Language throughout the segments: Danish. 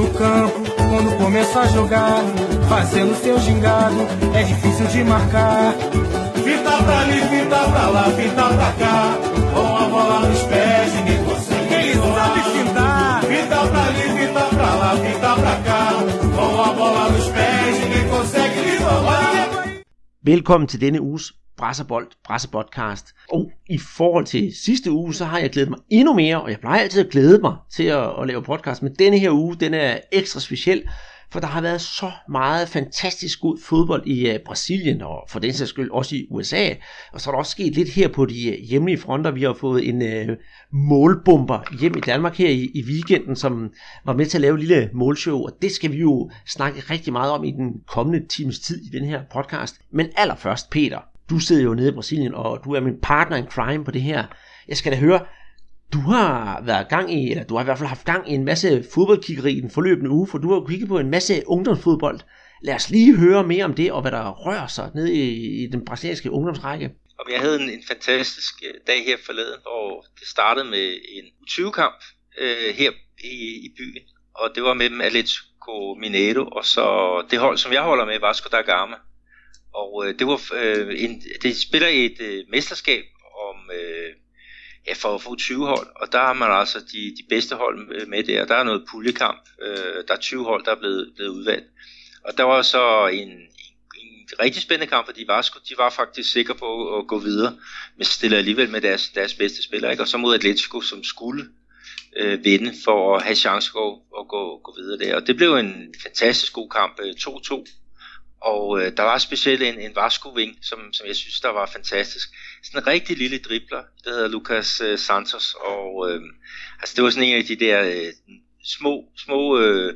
no campo, quando começa a jogar, fazendo seu gingado, é difícil de marcar. Fita pra ali, fita pra lá, fita pra cá, com a bola nos pés, ninguém consegue. Ele sabe fintar. Fita pra ali, fita pra lá, fita pra cá, com a bola nos pés, ninguém consegue lhe roubar. Velkommen til denne uges Brasserbold-podcast. Og i forhold til sidste uge, så har jeg glædet mig endnu mere, og jeg plejer altid at glæde mig til at lave podcast, men denne her uge, den er ekstra speciel, for der har været så meget fantastisk god fodbold i Brasilien, og for den sags skyld også i USA, og så er der også sket lidt her på de hjemlige fronter. Vi har fået en målbomber hjem i Danmark her i weekenden, som var med til at lave et lille målshow, og det skal vi jo snakke rigtig meget om i den kommende times tid i den her podcast. Men allerførst, Peter, du sidder jo nede i Brasilien, og du er min partner in crime på det her. Jeg skal da høre, du har været gang i, eller du har i hvert fald haft gang i en masse fodboldkiggeri i den forløbende uge, for du har jo kigget på en masse ungdomsfodbold. Lad os lige høre mere om det, og hvad der rører sig nede i den brasilianske ungdomsrække. Jeg havde en fantastisk dag her forleden, hvor det startede med en U20-kamp her i byen, og det var mellem Atlético Mineiro og så det hold, som jeg holder med, Vasco da Gama. Og det var det spiller i et mesterskab om for U20-hold, og der har man altså de bedste hold med der. Der er noget puljekamp, der er 20 hold, der er blevet udvalgt. Og der var så en rigtig spændende kamp, fordi Vasco, de var faktisk sikre på at gå videre, men stiller alligevel med deres bedste spillere, ikke? Og så mod Atletico, som skulle vinde for at have chance at gå videre der. Og det blev en fantastisk god kamp, 2-2. Og der var specielt en Vasco-ving, som jeg synes, der var fantastisk. Sådan en rigtig lille dribler, der hedder Lucas Santos. Og altså det var sådan en af de der små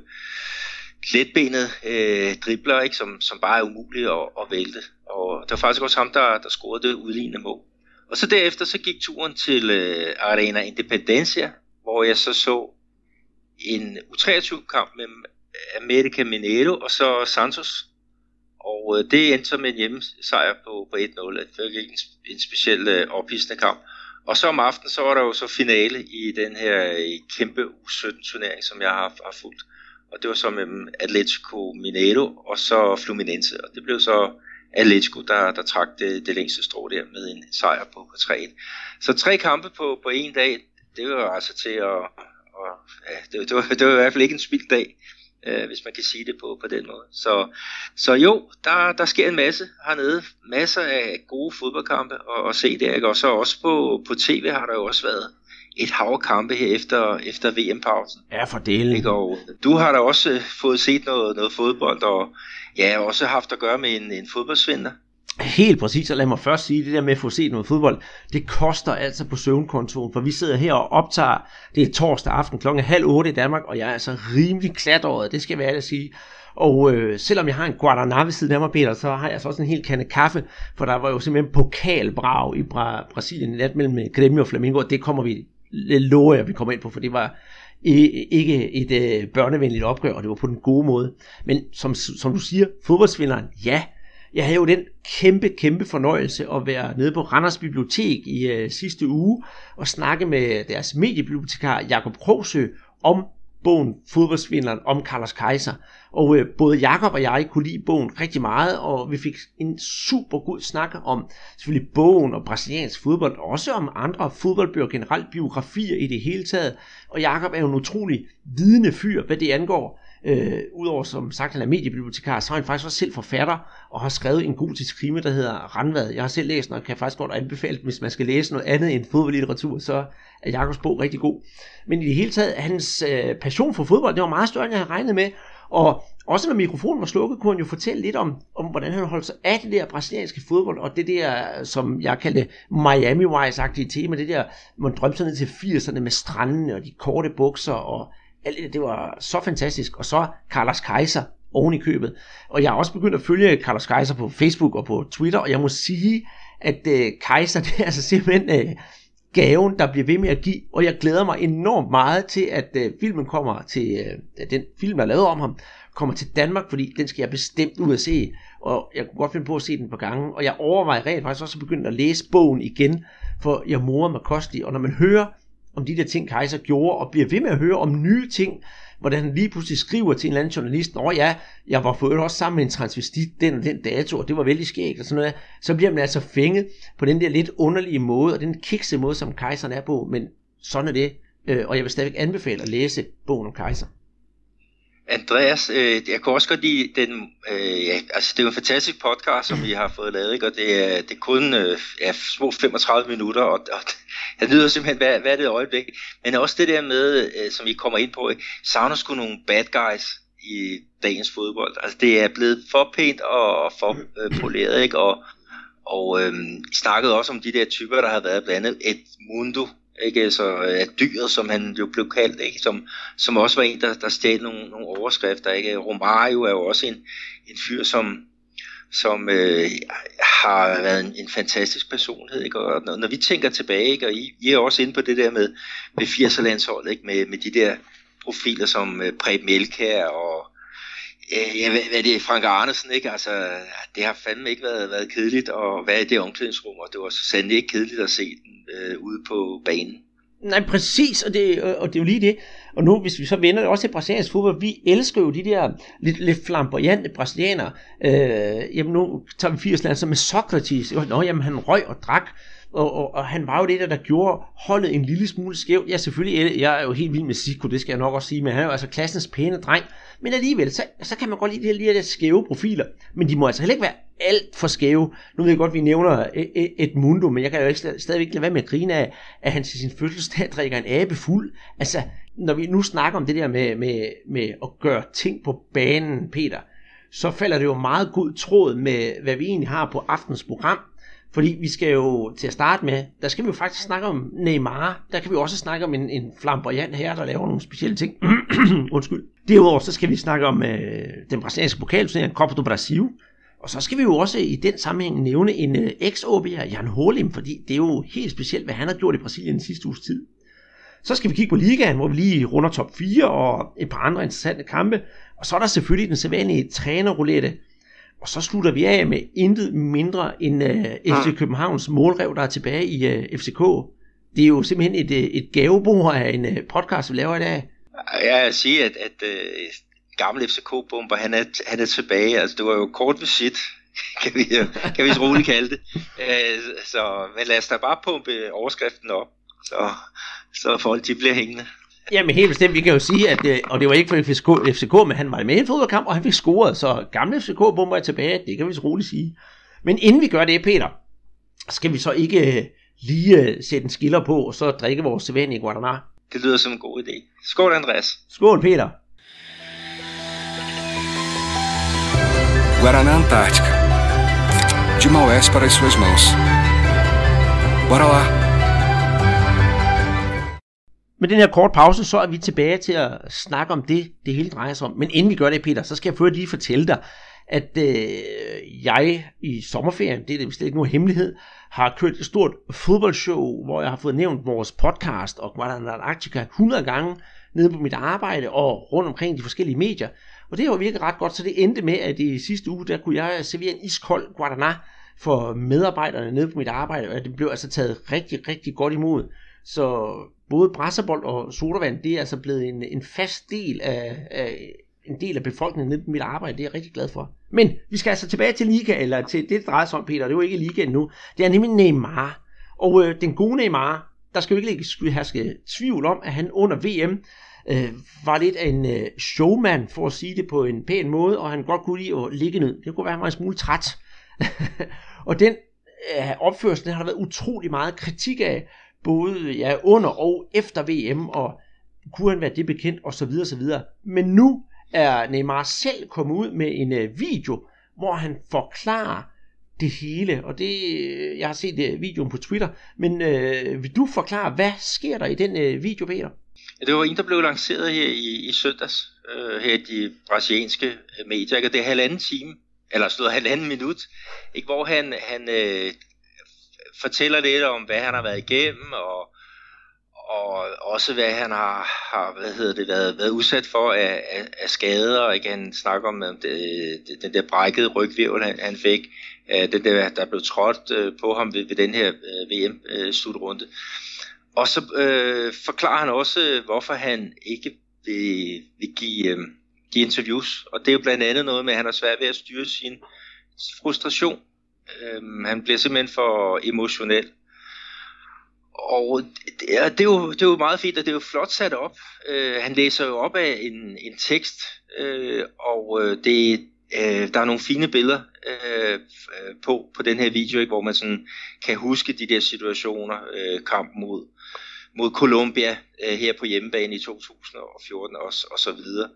letbenede dribler, ikke? Som bare er umulige at vælte. Og det var faktisk også ham, der scorede det udlignende mål. Og så derefter så gik turen til Arena Independencia, hvor jeg så en U23-kamp mellem América Mineiro og så Santos. Og det endte så med en hjemmesejr på 1-0. Det var ikke en speciel ophidsende kamp. Og så om aftenen, så var der jo så finale i den her kæmpe U17-turnering, som jeg har fulgt. Og det var så mellem Atlético Mineiro og så Fluminense. Og det blev så Atlético, der trak det længste strå der med en sejr på 3-1. Så 3 kampe på en dag, det var altså til det var i hvert fald ikke en spildt dag, hvis man kan sige det på den måde. Så jo, der sker en masse hernede. Masser af gode fodboldkampe at se der, ikke? Og så også på tv har der jo også været et hav af kampe her efter VM-pausen. Ja, for delen. Ikke? Og du har da også fået set noget fodbold, og ja, også haft at gøre med en fodboldsvindler. Helt præcis, og lad mig først sige, det der med at få set noget fodbold, det koster altså på søvnkontoen, for vi sidder her og optager, det er torsdag aften 7:30 i Danmark, og jeg er altså rimelig klatåret, det skal jeg ærligt sige. Og selvom jeg har en Guaraná ved siden af mig, Peter, så har jeg så også en hel kande kaffe, for der var jo simpelthen pokalbrag i Brasilien i nat mellem Grêmio og Flamengo, og det kommer vi, lover jeg, vi kommer ind på, for det var ikke et børnevenligt opgør, og det var på den gode måde. Men som du siger, fodboldsvinderen, ja. Jeg havde jo den kæmpe fornøjelse at være nede på Randers Bibliotek i sidste uge og snakke med deres mediebibliotekar Jakob Krogsø om bogen Fodboldsvinderen om Carlos Kaiser. Og både Jakob og jeg kunne lide bogen rigtig meget, og vi fik en super god snak om selvfølgelig bogen og brasiliansk fodbold, og også om andre fodboldbøger, generelt biografier i det hele taget. Og Jakob er jo en utrolig vidende fyr, hvad det angår. Udover som sagt, han er mediebibliotekar, så er han faktisk også selv forfatter og har skrevet en god krimi, der hedder Randvad. Jeg har selv læst den, og kan faktisk godt anbefale, hvis man skal læse noget andet end fodboldlitteratur, så er Jakobs bog rigtig god. Men i det hele taget, hans passion for fodbold, det var meget større, end jeg havde regnet med. Og også når mikrofonen var slukket, kunne han jo fortælle lidt om hvordan han holdt sig af det der brasilianske fodbold, og det der, som jeg kaldte Miami Vice-agtige tema, det der, man drømte sig ned til 80'erne med strandene og de korte bukser og alt det var så fantastisk. Og så Carlos Kaiser oven i købet. Og jeg har også begyndt at følge Carlos Kaiser på Facebook og på Twitter, og jeg må sige, at Kaiser, det er altså simpelthen gaven, der bliver ved med at give, og jeg glæder mig enormt meget til, at filmen kommer til, den film, der er lavet om ham, kommer til Danmark, fordi den skal jeg bestemt ud at se, og jeg kunne godt finde på at se den på gangen, og jeg overvejer rent faktisk også at begynde at læse bogen igen, for jeg morer mig kosteligt, og når man hører om de der ting, Kaiser gjorde, og bliver ved med at høre om nye ting, hvordan han lige pludselig skriver til en eller anden journalist, jeg var for øvrigt også sammen med en transvestit den og den dato, og det var vældig skægt og sådan noget. Så bliver man altså fænget på den der lidt underlige måde, og den kikse måde, som Kejseren er på, men sådan er det. Og jeg vil stadigvæk anbefale at læse bogen om Kejser. Andreas, jeg kan også godt lide den, altså det er jo en fantastisk podcast, som vi har fået lavet, ikke? Og det er kun små 35 minutter, og jeg nyder simpelthen hvad det øjeblik. Men også det der med, som vi kommer ind på, savner sgu nogle bad guys i dagens fodbold. Altså det er blevet for pænt og for poleret, ikke? Og snakkede også om de der typer, der har været blandt andet Edmundo, ikke, så dyret, som han jo blev kaldt, ikke, som også var en, der stjal nogle overskrifter, ikke. Romario er jo også en fyr, som har været en fantastisk personlighed, ikke, og når vi tænker tilbage, ikke, og I er også inde på det der med 80'er-landsholdet, ikke, med de der profiler som Preben Elkjær og hvad det er, Frank Arnesen, ikke, altså det har fandme ikke været kedeligt at være i det omklædningsrum, og det var så sandelig ikke kedeligt at se den ude på banen. Nej, præcis, og det er jo lige det. Og nu, hvis vi så vender det også til brasiliansk fodbold, vi elsker jo de der lidt flamboyante brasilianere. Jamen nu tager vi 80'erne så med Socrates. Jamen han røg og drak, og han var jo det der gjorde holdet en lille smule skævt. Ja, selvfølgelig, jeg er jo helt vild med Zico, det skal jeg nok også sige, men han er jo altså klassens pæne dreng. Men alligevel, så kan man godt lide de her skæve profiler, men de må altså heller ikke være alt for skæve. Nu ved jeg godt, vi nævner Edmundo, men jeg kan jo ikke stadigvæk lade være med at grine af, at han til sin fødselsdag drikker en abe fuld. Altså, når vi nu snakker om det der med at gøre ting på banen, Peter, så falder det jo meget god tråd med, hvad vi egentlig har på aftens program. Fordi vi skal jo til at starte med, der skal vi jo faktisk snakke om Neymar. Der kan vi også snakke om en flamboyant her, der laver nogle specielle ting. Undskyld. Derudover så skal vi snakke om den brasilianske pokalturnering, Copa do Brasil. Og så skal vi jo også i den sammenhæng nævne en ex-OB'er, Jan Holim, fordi det er jo helt specielt, hvad han har gjort i Brasilien den sidste uges tid. Så skal vi kigge på ligaen, hvor vi lige runder top 4 og et par andre interessante kampe. Og så er der selvfølgelig den sædvanlige trænerroulette. Og så slutter vi af med intet mindre end FC Københavns målrev, der er tilbage i FCK. Det er jo simpelthen et gavebord af en podcast, vi laver i dag. Jeg vil sige, at gammel FCK-bomber, han er tilbage. Altså, det var jo kort visit, kan vi så roligt kalde det. Men lad os da bare pumpe overskriften op, så folk de bliver hængende. Jamen helt bestemt, vi kan jo sige, at og det var ikke for FCK, men han var med i en fodboldkamp, og han fik scoret, så gamle FCK-bomber er tilbage, det kan vi så roligt sige. Men inden vi gør det, Peter, skal vi så ikke lige sætte en skiller på, og så drikke vores sædvanlige Guaraná? Det lyder som en god idé. Skål, Andreas. Skål, Peter. Guaraná Antártica. De Maués para as suas mãos. Bora lá. Med den her kort pause, så er vi tilbage til at snakke om det hele drejer sig om. Men inden vi gør det, Peter, så skal jeg først lige fortælle dig, at jeg i sommerferien, det er slet ikke nogen hemmelighed, har kørt et stort fodboldshow, hvor jeg har fået nævnt vores podcast og Guaraná Antártica 100 gange nede på mit arbejde og rundt omkring de forskellige medier. Og det har jo virket ret godt, så det endte med, at i sidste uge, der kunne jeg servere en iskold Guaraná for medarbejderne nede på mit arbejde, og det blev altså taget rigtig, rigtig godt imod. Så både brasserbold og sodavand, det er altså blevet en fast del af befolkningen nede på mit arbejde. Det er jeg rigtig glad for. Men vi skal altså tilbage til liga, eller til det drejer sig om, Peter. Det er jo ikke ligaen nu. Det er nemlig Neymar. Og den gode Neymar, der skal jo ikke herske tvivl om, at han under VM var lidt af en showman, for at sige det på en pæn måde, og han godt kunne lide at ligge ned. Det kunne være, at han var en smule træt. Og den opførsel, den har der været utrolig meget kritik af, både under og efter VM, og kunne han være det bekendt, og så videre, så videre. Men nu er Neymar selv kommet ud med en video, hvor han forklarer det hele, og det, jeg har set videoen på Twitter, men vil du forklare, hvad sker der i den video, Peter? Det var en, der blev lanceret her i søndags, her i de brasilianske medier, og det er 1,5 time, eller stod 1,5 minut, ikke, hvor han fortæller lidt om, hvad han har været igennem, og også hvad han har været udsat for af skader, og ikke, han snakker om den der brækkede rygvirvel, han fik, den der blev trådt på ham ved den her VM-slutrunde. Og så forklarer han også, hvorfor han ikke vil give interviews. Og det er jo blandt andet noget med, at han har svært ved at styre sin frustration. Han bliver simpelthen for emotionel. Og det er jo meget fint, og det er jo flot sat op. Han læser jo op af en tekst, og der er nogle fine billeder på den her video, ikke, hvor man sådan kan huske de der situationer, kamp mod Colombia her på hjemmebane i 2014 og så videre.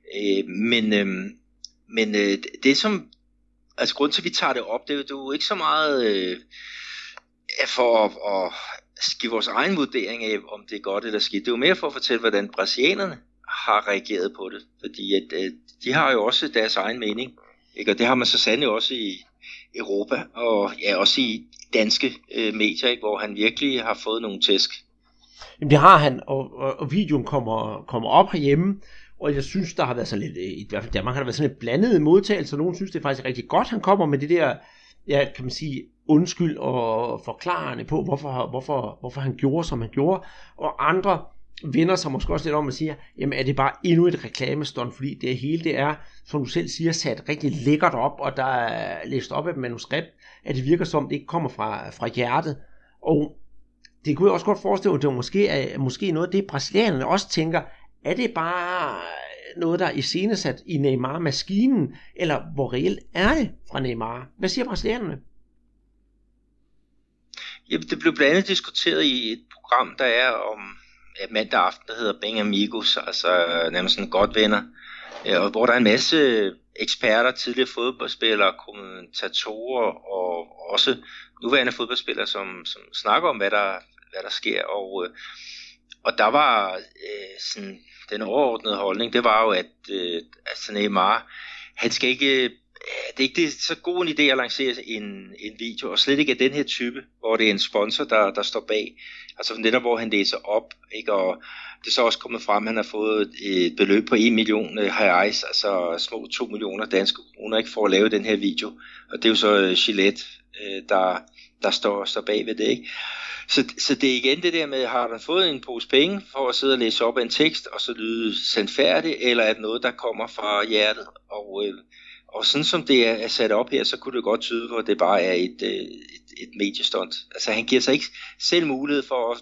Men det som, altså grund til at vi tager det op, det er jo ikke så meget for at give vores egen vurdering af, om det er godt eller skidt. Det er jo mere for at fortælle, hvordan brasilianerne har reageret på det, fordi at de har jo også deres egen mening, ikke? Og det har man så sandelig også i Europa, og ja, også i danske medier, ikke? Hvor han virkelig har fået nogle tæsk. Jamen det har han, og videoen kommer op herhjemme, og jeg synes, der har været sådan lidt, i hvert fald Danmark har der været sådan lidt blandet modtagelse, og nogen synes, det er faktisk rigtig godt, han kommer med det der, ja, kan man sige, undskyld og forklarende på, hvorfor han gjorde, som han gjorde, og andre vender sig måske også lidt om og siger, jamen er det bare endnu et reklamestunt, fordi det hele det er, som du selv siger, sat rigtig lækkert op, og der er læst op af et manuskript, at det virker som, det ikke kommer fra hjertet, og det kunne jeg også godt forestille mig, at det var måske noget af det, brasilianerne også tænker, er det bare noget, der er iscenesat i Neymar-maskinen, eller hvor reelt er det fra Neymar? Hvad siger brasilianerne? Jamen, det blev blandt andet diskuteret i et program, der er om mandag aften, der hedder Bem Amigos, altså nærmest sådan godt venner, og hvor der er en masse eksperter, tidligere fodboldspillere, kommentatorer og også nuværende fodboldspillere, som snakker om, hvad der sker, og der var sådan den overordnede holdning, det var jo, at altså Neymar, han skal ikke, det er ikke så god en idé at lancere en video, og slet ikke af den her type, hvor det er en sponsor, der står bag, altså netop hvor han læser op, ikke? Og det er så også kommet frem, at han har fået et beløb på 1 million reais, altså små 2 millioner danske kroner, ikke, for at lave den her video, og det er jo så Gillette, der står bag ved det, ikke? Så det er igen det der med, har han fået en pose penge for at sidde og læse op af en tekst, og så lyde sandfærdigt, eller er det noget, der kommer fra hjertet? Og sådan som det er sat op her, så kunne det godt tyde på, at det bare er et mediestunt. Altså han giver sig ikke selv mulighed for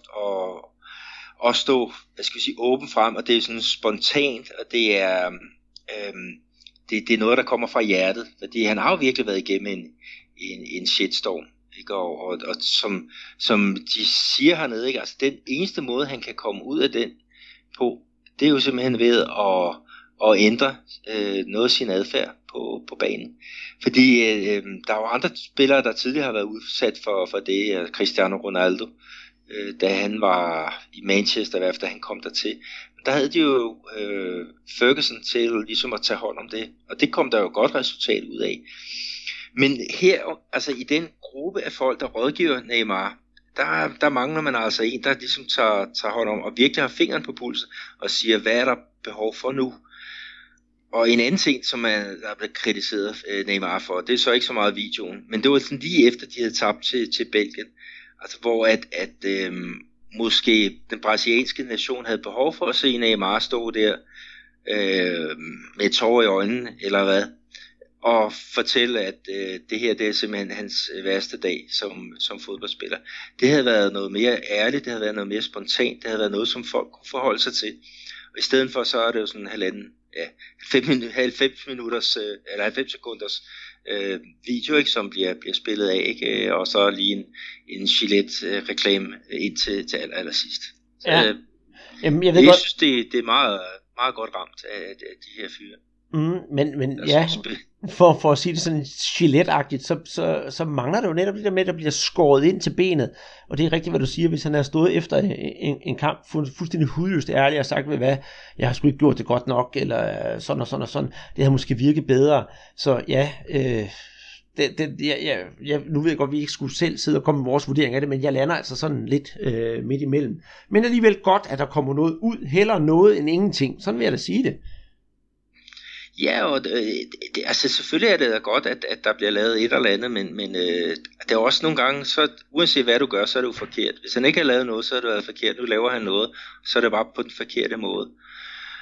at stå, hvad skal jeg sige, åben frem, og det er sådan spontant, og det er noget, der kommer fra hjertet, fordi han har jo virkelig været igennem en shitstorm. Ikke? Og som de siger hernede, ikke? Altså den eneste måde, han kan komme ud af den på, det er jo simpelthen ved at ændre noget af sin adfærd på banen. Fordi der er jo andre spillere, der tidligere har været udsat for det, Cristiano Ronaldo, da han var i Manchester, efter han kom dertil. Der havde de jo Ferguson til ligesom at tage hånd om det, og det kom der jo godt resultat ud af. Men her, altså i den gruppe af folk, der rådgiver Neymar, der mangler man altså en, der ligesom tager hånd om, og virkelig har fingeren på pulsen, og siger, hvad er der behov for nu? Og en anden ting, som der er blevet kritiseret Neymar for, det er så ikke så meget videoen, men det var sådan lige efter, de havde tabt til Belgien, altså hvor at måske den brasilianske nation havde behov for at se Neymar stå der med tårer i øjnene, eller hvad, og fortælle, at det her, det er simpelthen hans værste dag som fodboldspiller. Det havde været noget mere ærligt, det havde været noget mere spontant, det havde været noget, som folk kunne forholde sig til. Og i stedet for, så er det jo sådan 90 minutters, eller 90 sekunders video, ikke, som bliver spillet af, ikke? Og så lige en Gillette-reklame ind til allersidst. Ja. Jamen, jeg synes, det er meget, meget godt ramt af de her fyre. Men ja, for at sige det sådan Gillette-agtigt, så mangler det jo netop det der med, at der bliver skåret ind til benet. Og det er rigtigt, hvad du siger, hvis han er stået efter en kamp fuldstændig hudløst ærlig og sagt, hvad, jeg har sgu ikke gjort det godt nok, eller sådan og sådan og sådan. Det har måske virket bedre. Så ja, nu ved jeg godt, at vi ikke skulle selv sidde og komme med vores vurdering af det, men jeg lander altså sådan lidt midt imellem. Men alligevel godt, at der kommer noget ud, hellere noget end ingenting. Sådan vil jeg da sige det. Ja, og altså selvfølgelig er det da godt, at der bliver lavet et eller andet, men det er også nogle gange, så uanset hvad du gør, så er det jo forkert. Hvis han ikke har lavet noget, så er det været forkert. Nu laver han noget, så er det bare på den forkerte måde.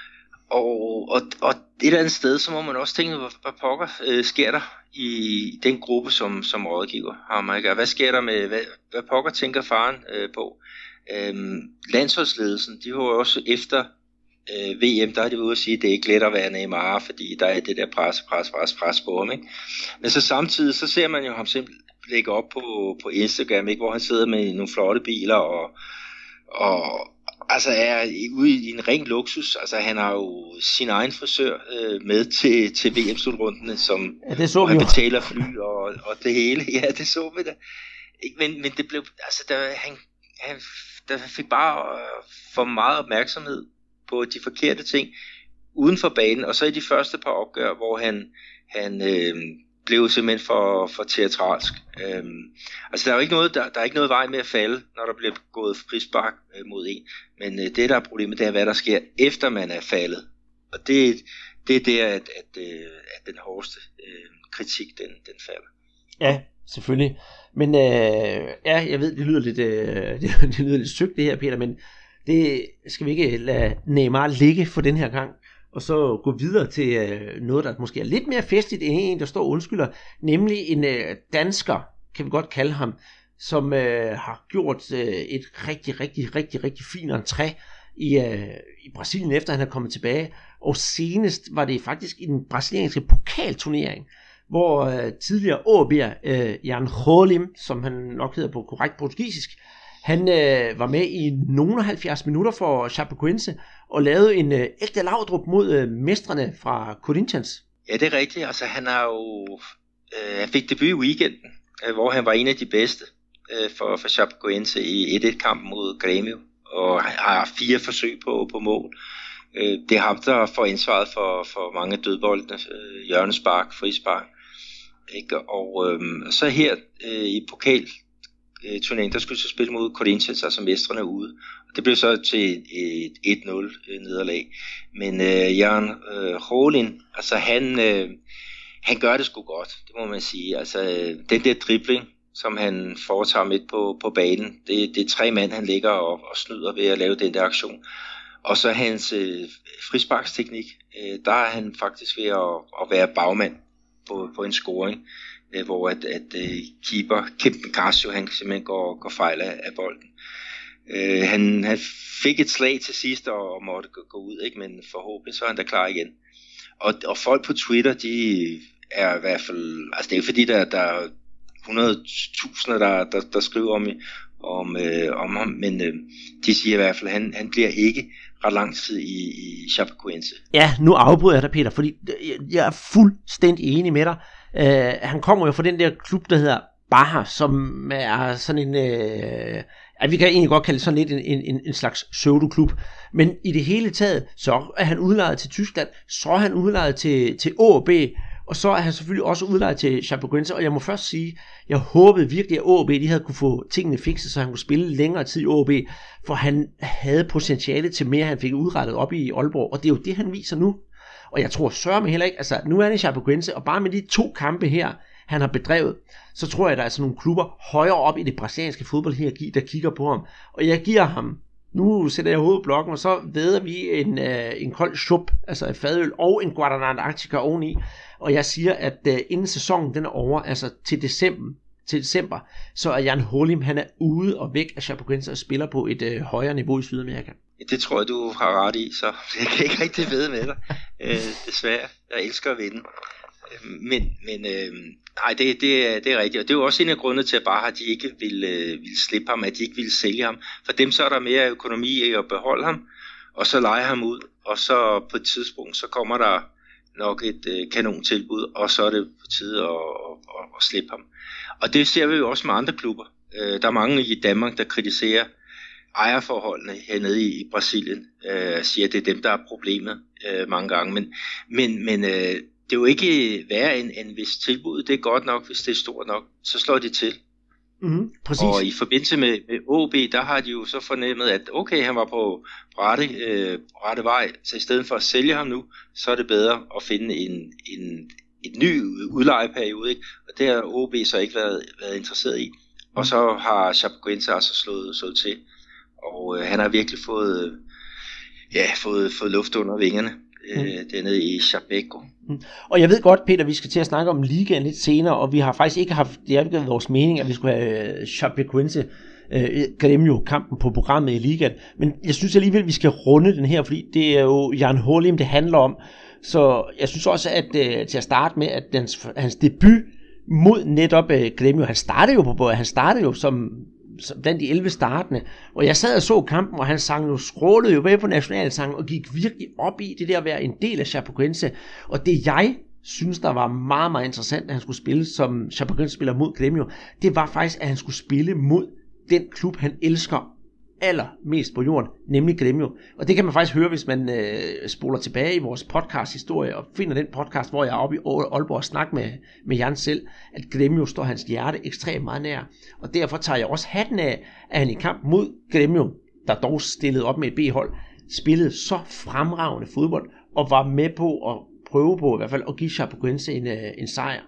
Og et eller andet sted, så må man også tænke, hvad pokker sker der i den gruppe som rådgiver ham, ikke? Hvad sker der med, hvad pokker tænker faren på? Landsholdsledelsen, de var jo også efter VM, der har de ude at sige, at det er ikke let at være Neymar, fordi der er det der pres på ham, ikke? Men så samtidig, så ser man jo ham simpelthen lægge op på Instagram, ikke? Hvor han sidder med nogle flotte biler og altså er ude i en ren luksus. Altså han har jo sin egen frisør med til VM-slutrundene, som han betaler fly og det hele. Ja, det så vi da. Men det blev, altså der fik bare for meget opmærksomhed på de forkerte ting uden for banen, og så i de første par opgør, hvor han blev simpelthen for teatralsk. Altså der er jo ikke noget vej med at falde, når der bliver gået frispark mod en, men det der er problemet, det er hvad der sker efter man er faldet, og det er der at den hårdeste kritik den falder. Ja, selvfølgelig. Men jeg ved det lyder lidt sygt det her, Peter, men det skal vi ikke lade Neymar ligge for den her gang, og så gå videre til noget, der måske er lidt mere festligt end en, der står og undskylder, nemlig en dansker, kan vi godt kalde ham, som har gjort et rigtig fint entré i Brasilien, efter han er kommet tilbage, og senest var det faktisk i den brasilianske pokalturnering, hvor tidligere AaB'er Jan Holim, som han nok hedder på korrekt portugisisk, han var med i nogle 70 minutter for Chapecoense og lavede en ægte Laudrup mod mestrene fra Corinthians. Ja, det er rigtigt. Altså han han fik debut i weekenden, hvor han var en af de bedste for Chapecoense i 1-1-kampen mod Grêmio, og han har 4 forsøg på mål. Det er ham, der får ansvaret for mange dødboldene, hjørnespark, frispark. Ikke? Og så her i pokalturneringen, der skulle så spille mod Corinthians, altså mestrene ude. Det blev så til et 1-0 nederlag. Men Jan Holin, altså han gør det sgu godt, det må man sige. Altså den der dribling, som han foretager midt på banen, det er 3 mand, han ligger og snyder ved at lave den der aktion. Og så hans frisparksteknik, der er han faktisk ved at være bagmand på en scoring, hvor at keeper Kempen Casio, han simpelthen går fejl af bolden. Han fik et slag til sidst og måtte gå ud, ikke? Men forhåbentlig så er han da klar igen. Og folk på Twitter, de er i hvert fald, altså det er fordi der er 100.000 der skriver om ham, men de siger i hvert fald, han bliver ikke ret lang tid i Chapecoense. Ja, nu afbryder jeg dig, Peter, fordi jeg er fuldstændig enig med dig. Han kommer jo fra den der klub, der hedder Barra, som er sådan en, vi kan egentlig godt kalde det sådan lidt en slags pseudoklub, men i det hele taget, så er han udlejet til Tyskland, så er han udlejet til AaB, og så er han selvfølgelig også udlejet til Chapecoense, og jeg må først sige, jeg håbede virkelig, at AaB de havde kunne få tingene fikset, så han kunne spille længere tid i AaB, for han havde potentiale til mere, han fik udrettet op i Aalborg, og det er jo det, han viser nu. Og jeg tror sørme heller ikke, altså nu er han i Chapecoense, og bare med de 2 kampe her, han har bedrevet, så tror jeg, der er sådan nogle klubber højere op i det brasilianske fodboldhierarki, der kigger på ham. Og jeg giver ham, nu sætter jeg hovedblokken, og så væder vi en kold chup, altså et fadøl og en Guaraná Antarctica oveni. Og jeg siger, at inden sæsonen den er over, altså til december, så er Jan Holim, han er ude og væk af Chapecoense og spiller på et højere niveau i Sydamerika. Det tror jeg, du har ret i, så jeg kan ikke rigtig vide med dig. Desværre, jeg elsker at vinde. Men nej, det er rigtigt, og det er jo også en af grundene til, at Barra de ikke ville slippe ham, at de ikke ville sælge ham. For dem så er der mere økonomi i at beholde ham, og så lege ham ud, og så på et tidspunkt, så kommer der nok et kanontilbud, og så er det på tide at slippe ham. Og det ser vi jo også med andre klubber. Der er mange i Danmark, der kritiserer ejerforholdene hernede i Brasilien, siger, at det er dem, der er problemet mange gange. Men det er jo ikke værre end hvis tilbuddet det er godt nok, hvis det er stort nok, så slår de til. Mm-hmm, præcis. Og i forbindelse med AaB, der har de jo så fornemmet, at okay, han var på rette vej, så i stedet for at sælge ham nu, så er det bedre at finde en ny udlejeperiode, ikke? Og det har AaB så ikke været interesseret i. Og så har Chapecoense altså slået til, og han har virkelig fået luft under vingerne dernede i Chapeco. Og jeg ved godt, Peter, vi skal til at snakke om ligaen lidt senere, og vi har faktisk ikke haft, det har ikke været vores mening, at vi skulle have Chapecoense Grêmio-kampen på programmet i ligaen, men jeg synes alligevel, at vi skal runde den her, fordi det er jo Jan Holim, det handler om, så jeg synes også, at til at starte med, at hans debut mod netop Grêmio, han startede jo som blandt de 11 startende, og jeg sad og så kampen, og han skrålede jo med på nationalsangen, og gik virkelig op i det der at være en del af Chapecoense, og det jeg synes, der var meget, meget interessant, at han skulle spille som Chapecoense spiller mod Grêmio, det var faktisk, at han skulle spille mod den klub, han elsker allermest på jorden, nemlig Grêmio. Og det kan man faktisk høre, hvis man spoler tilbage i vores podcast-historie, og finder den podcast, hvor jeg er oppe i Aalborg og snakker med Jan selv, at Grêmio står hans hjerte ekstremt meget nær. Og derfor tager jeg også hatten af, at han i kamp mod Grêmio, der dog stillede op med et B-hold, spillede så fremragende fodbold, og var med på at prøve på i hvert fald at give Chapecoense en sejr.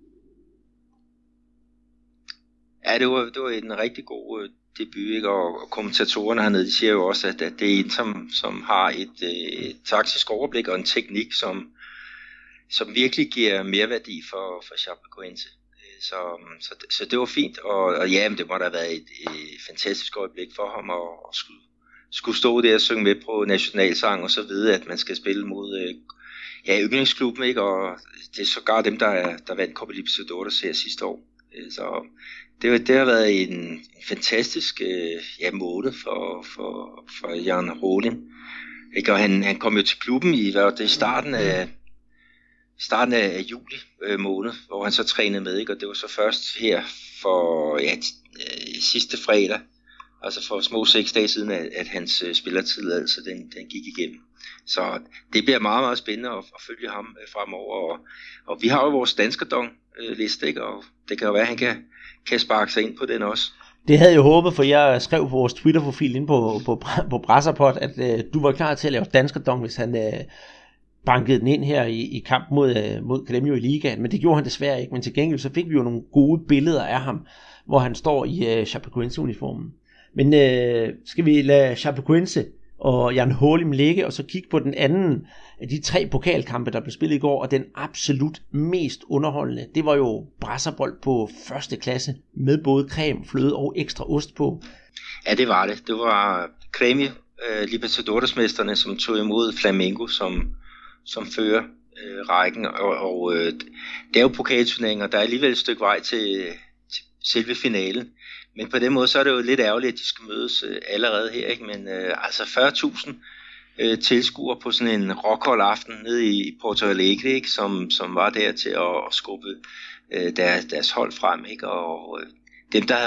Ja, det var en rigtig god debut, ikke? Og kommentatorerne hernede, de siger jo også, at det er en, som har et taktisk overblik og en teknik, som virkelig giver merværdi for Chapecoense. Så det var fint, og ja, men det må da have været et fantastisk øjeblik for ham at skulle stå der og synge med på nationalsang og så vide, at man skal spille mod yndlingsklubben, ikke? Og det er sågar dem, der vandt Copa Libertadores her sidste år. Så det har været en fantastisk måned for Jan Holim. Ikke? Og han kom jo til klubben i starten af juli måned, hvor han så trænede med, ikke? Og det var så først her for sidste fredag, altså for små 6 dage siden, at hans spillertilladelse den gik igennem. Så det bliver meget, meget spændende at følge ham fremover. Og vi har jo vores danskerdong-liste, ikke? Og det kan jo være, at han kan sparke sig ind på den også. Det havde jeg håbet, for jeg skrev på vores Twitter-profil inde på Brasserpot, at du var klar til at lave danskerdong, hvis han bankede den ind her i kamp mod Grêmio i ligaen, men det gjorde han desværre ikke. Men til gengæld så fik vi jo nogle gode billeder af ham, hvor han står i Chapecoense-uniformen. Men skal vi lade Chapecoense og Jan Holim ligge, og så kigge på den anden af de 3 pokalkampe, der blev spillet i går, og den absolut mest underholdende, det var jo brasserbold på første klasse, med både creme, fløde og ekstra ost på. Ja, det var det. Det var Grêmio, Libertadores-mesterne, som tog imod Flamengo, som fører rækken, og det er jo pokalturneringer, der er alligevel et stykke vej til selve finalen. Men på den måde, så er det jo lidt ærgerligt, at de skal mødes allerede her, ikke? Men altså 40.000 tilskuere på sådan en rockhold aften nede i Porto Alegre, ikke? Som var der til at skubbe deres hold frem, ikke? Og dem, der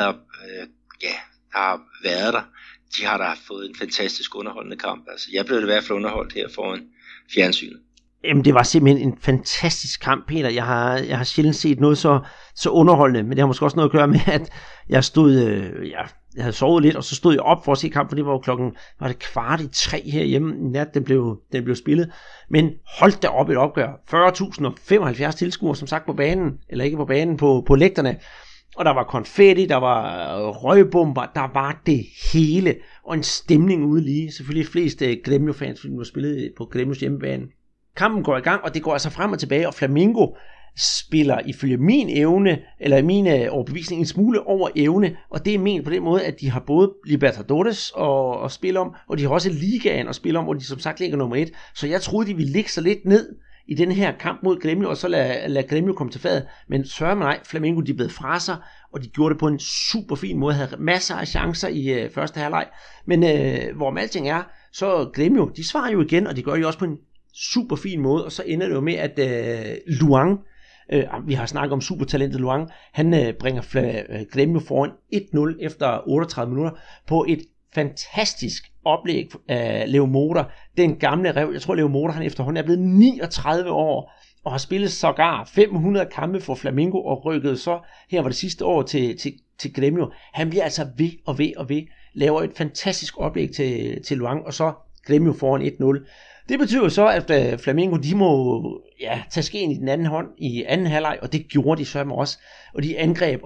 har været der, de har da fået en fantastisk underholdende kamp. Altså, jeg blev i hvert fald underholdt her foran fjernsynet. Jamen, det var simpelthen en fantastisk kamp, Peter. Jeg har sjældent set noget så underholdende, men det har måske også noget at gøre med, at jeg jeg havde sovet lidt, og så stod jeg op for at se kampen, for det var jo klokken 2:15 herhjemme i nat, den blev spillet. Men holdt der op et opgør. 40.075 tilskuere, som sagt, på banen, eller ikke på banen, på lægterne. Og der var konfetti, der var røgbomber, der var det hele, og en stemning ude lige. Selvfølgelig flest Grêmio-fans, fordi de var spillet på Grêmios hjemmebane. Kampen går i gang, og det går altså frem og tilbage, og Flamengo spiller ifølge min evne, eller min overbevisning, en smule over evne, og det er ment på den måde, at de har både Libertadores at spille om, og de har også ligaen at spille om, hvor de som sagt ligger nummer 1, så jeg troede, de ville ligge så lidt ned i den her kamp mod Grêmio, og så lade Grêmio komme til fadet, men sørger mig nej, Flamengo de blev fra sig, og de gjorde det på en super fin måde, havde masser af chancer i første halvleg, men hvorom alting er, så Grêmio, de svarer jo igen, og de gør det også på en super fin måde, og så ender det jo med, at Luang, vi har snakket om supertalentet Luang, han bringer Grêmio foran 1-0 efter 38 minutter på et fantastisk oplæg af Leo Moura, den gamle rev. Jeg tror, Leo Moura han efterhånden er blevet 39 år og har spillet sågar 500 kampe for Flamengo og rykket så, her var det sidste år, til Grêmio. Han bliver altså ved, laver et fantastisk oplæg til Luang, og så Grêmio foran 1-0. Det betyder så, at Flamengo, de må tage skeen i den anden hånd i anden halvleg, og det gjorde de så med også. Og de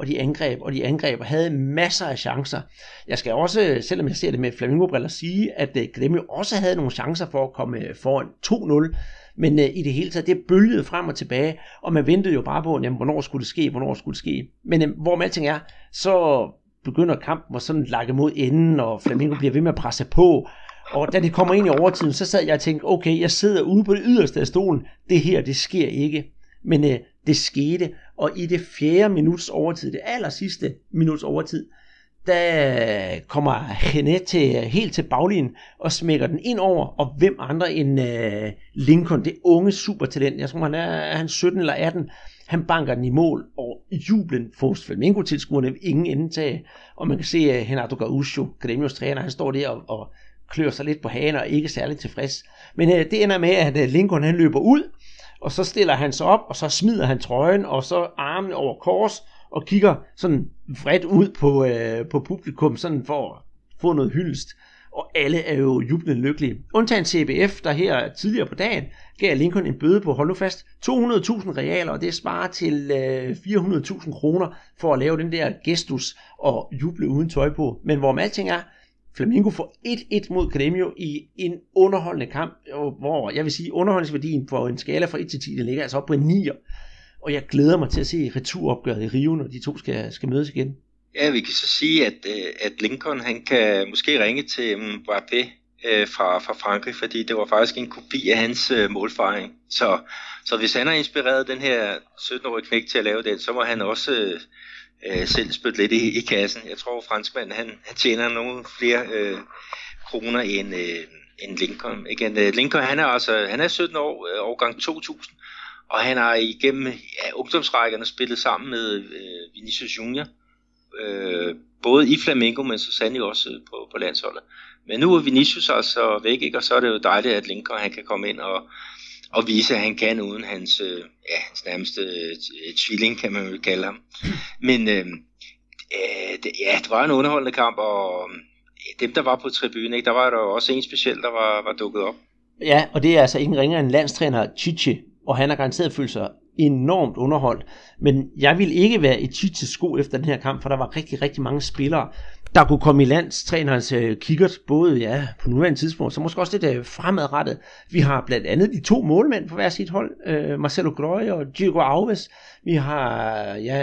angreb og havde masser af chancer. Jeg skal også, selvom jeg ser det med Flamengo-briller, sige, at Grêmio også havde nogle chancer for at komme foran 2-0. Men i det hele taget, det bølgede frem og tilbage, og man ventede jo bare på, jamen, hvornår skulle det ske. Men hvor man alting er, så begynder kampen at sådan lakke mod enden, og Flamengo bliver ved med at presse på. Og da det kommer ind i overtiden, så sad jeg og tænkte, okay, jeg sidder ude på det yderste af stolen. Det her, det sker ikke. Men det skete, og i det 4. minuts overtid, det allersidste minuts overtid, der kommer René helt til baglinjen og smækker den ind over, og hvem andre end Lincoln, det unge supertalent, jeg tror han 17 eller 18, han banker den i mål, og jublen for Flamengo-tilskuerne ingen endetag, og man kan se Renato Gaúcho, Grêmios træner, han står der og klør sig lidt på hagen og er ikke særlig tilfreds. Men det ender med, at Lincoln han løber ud, og så stiller han sig op, og så smider han trøjen, og så armen over kors, og kigger sådan vredt ud på publikum, sådan for at få noget hyldest. Og alle er jo jublende lykkelige. Undtagen CBF, der her tidligere på dagen gav Lincoln en bøde på, hold nu fast, 200.000 realer, og det svarer til 400.000 kroner for at lave den der gestus og juble uden tøj på. Men hvor alting er, Flamengo får 1-1 mod Grêmio i en underholdende kamp, hvor jeg vil sige, underholdningsværdien for en skala fra 1 til 10, den ligger altså op på en 9'er. Og jeg glæder mig til at se returopgøret i Rio, når de to skal mødes igen. Ja, vi kan så sige, at Lincoln han kan måske ringe til Mbappé fra Frankrig, fordi det var faktisk en kopi af hans målfaring. Så hvis han har inspireret den her 17-årige knægt til at lave det, så må han også selv spytte lidt i kassen. Jeg tror, franskmanden han tjener nogle flere kroner end Lincoln. Igen, Lincoln han er 17 år, årgang 2000, og han har igennem ungdomsrækkerne spillet sammen med Vinicius Junior, både i Flamengo, men så sandelig også på landsholdet. Men nu er Vinicius altså væk, ikke? Og så er det jo dejligt, at Lincoln han kan komme ind og vise, at han kan uden hans nærmeste tvilling, kan man vel kalde ham. Men det var en underholdende kamp, og dem, der var på tribunen, ikke? Der var der også en speciel, der var dukket op. Ja, og det er altså ingen ringer end landstræner Chiche, og han har garanteret følt sig enormt underholdt. Men jeg vil ikke være i Chiches sko efter den her kamp, for der var rigtig, rigtig mange spillere, der kunne komme i landstrænerens kikkert, både på nuværende tidspunkt, så måske også lidt fremadrettet. Vi har blandt andet de 2 målmænd på hver sit hold, Marcelo Greuer og Diego Alves. Vi har,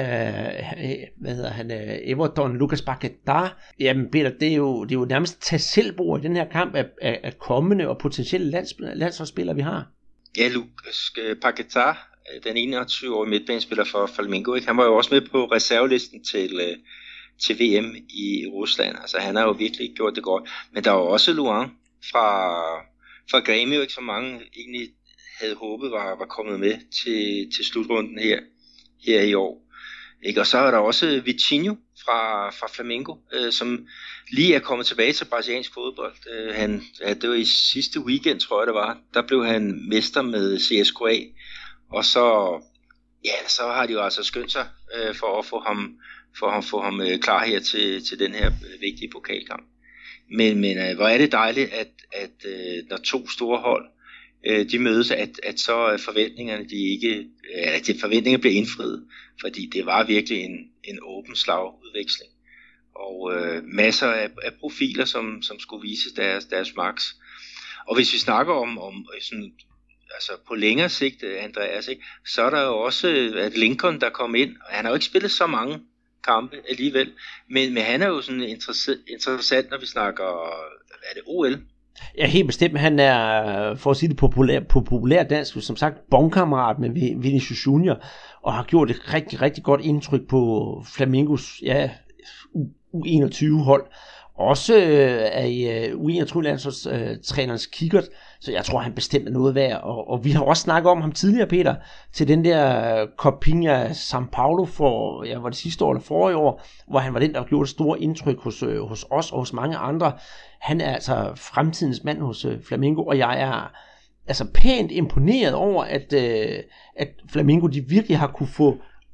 Everton, Lucas Paquetá. Jamen Peter, det er jo nærmest tag selvbord i den her kamp af kommende og potentielle landsholdsspillere, vi har. Ja, Lucas Paquetá, den 21-årige midtbanespiller for Flamengo, ikke? Han var jo også med på reservelisten til VM i Rusland. Altså han har jo virkelig gjort det godt. Men der var også Luan fra Grêmio, ikke, som mange egentlig havde håbet var kommet med til slutrunden her i år. Ikke? Og så er der også Vitinho fra Flamengo, som lige er kommet tilbage til brasiliansk fodbold. Det var i sidste weekend, tror jeg det var. Der blev han mester med CSKA. Og så har de jo altså skyndt sig for at få ham klar her til den her vigtige pokalkamp. Men hvor er det dejligt, at når 2 store hold de mødes, at så forventningerne forventninger bliver indfriet, fordi det var virkelig en åben slagudveksling og masser af profiler, som skulle vise deres max. Og hvis vi snakker om sådan, altså på længere sigt, Andreas, ikke, så er der jo også at Lincoln, der kom ind, og han har jo ikke spillet så mange kampe alligevel, men han er jo sådan interessant, når vi snakker, er det OL? Ja, helt bestemt. Han er, for at sige det på populær dansk, som sagt, bonkammerat med Vinicius Junior, og har gjort et rigtig, rigtig godt indtryk på Flamengos U21-hold. Også er i U21-landsholdstrænerens kikkert, så jeg tror, han bestemt er noget værd. Og vi har også snakket om ham tidligere, Peter, til den der Copinha São Paulo var det sidste år eller forrige år, hvor han var den, der gjorde et stort indtryk hos os og hos mange andre. Han er altså fremtidens mand hos Flamengo, og jeg er altså pænt imponeret over, at Flamengo de virkelig har kunne få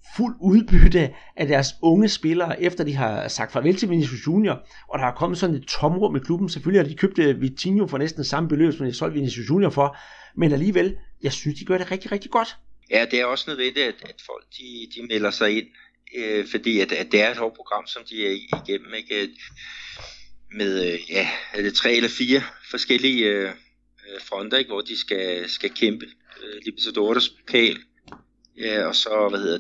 fuld udbytte af deres unge spillere, efter de har sagt farvel til Vinicius Junior, og der har kommet sådan et tomrum i klubben. Selvfølgelig har de købt Vitinho for næsten samme beløb, som de solgte Vinicius Junior for, men alligevel, jeg synes, de gør det rigtig, rigtig godt. Ja, det er også nødvendigt, at folk de melder sig ind, fordi at det er et hårdt program, som de er igennem, ikke? Med er det 3 eller 4 forskellige fronter, ikke? Hvor de skal kæmpe. Libertadores pokal, og så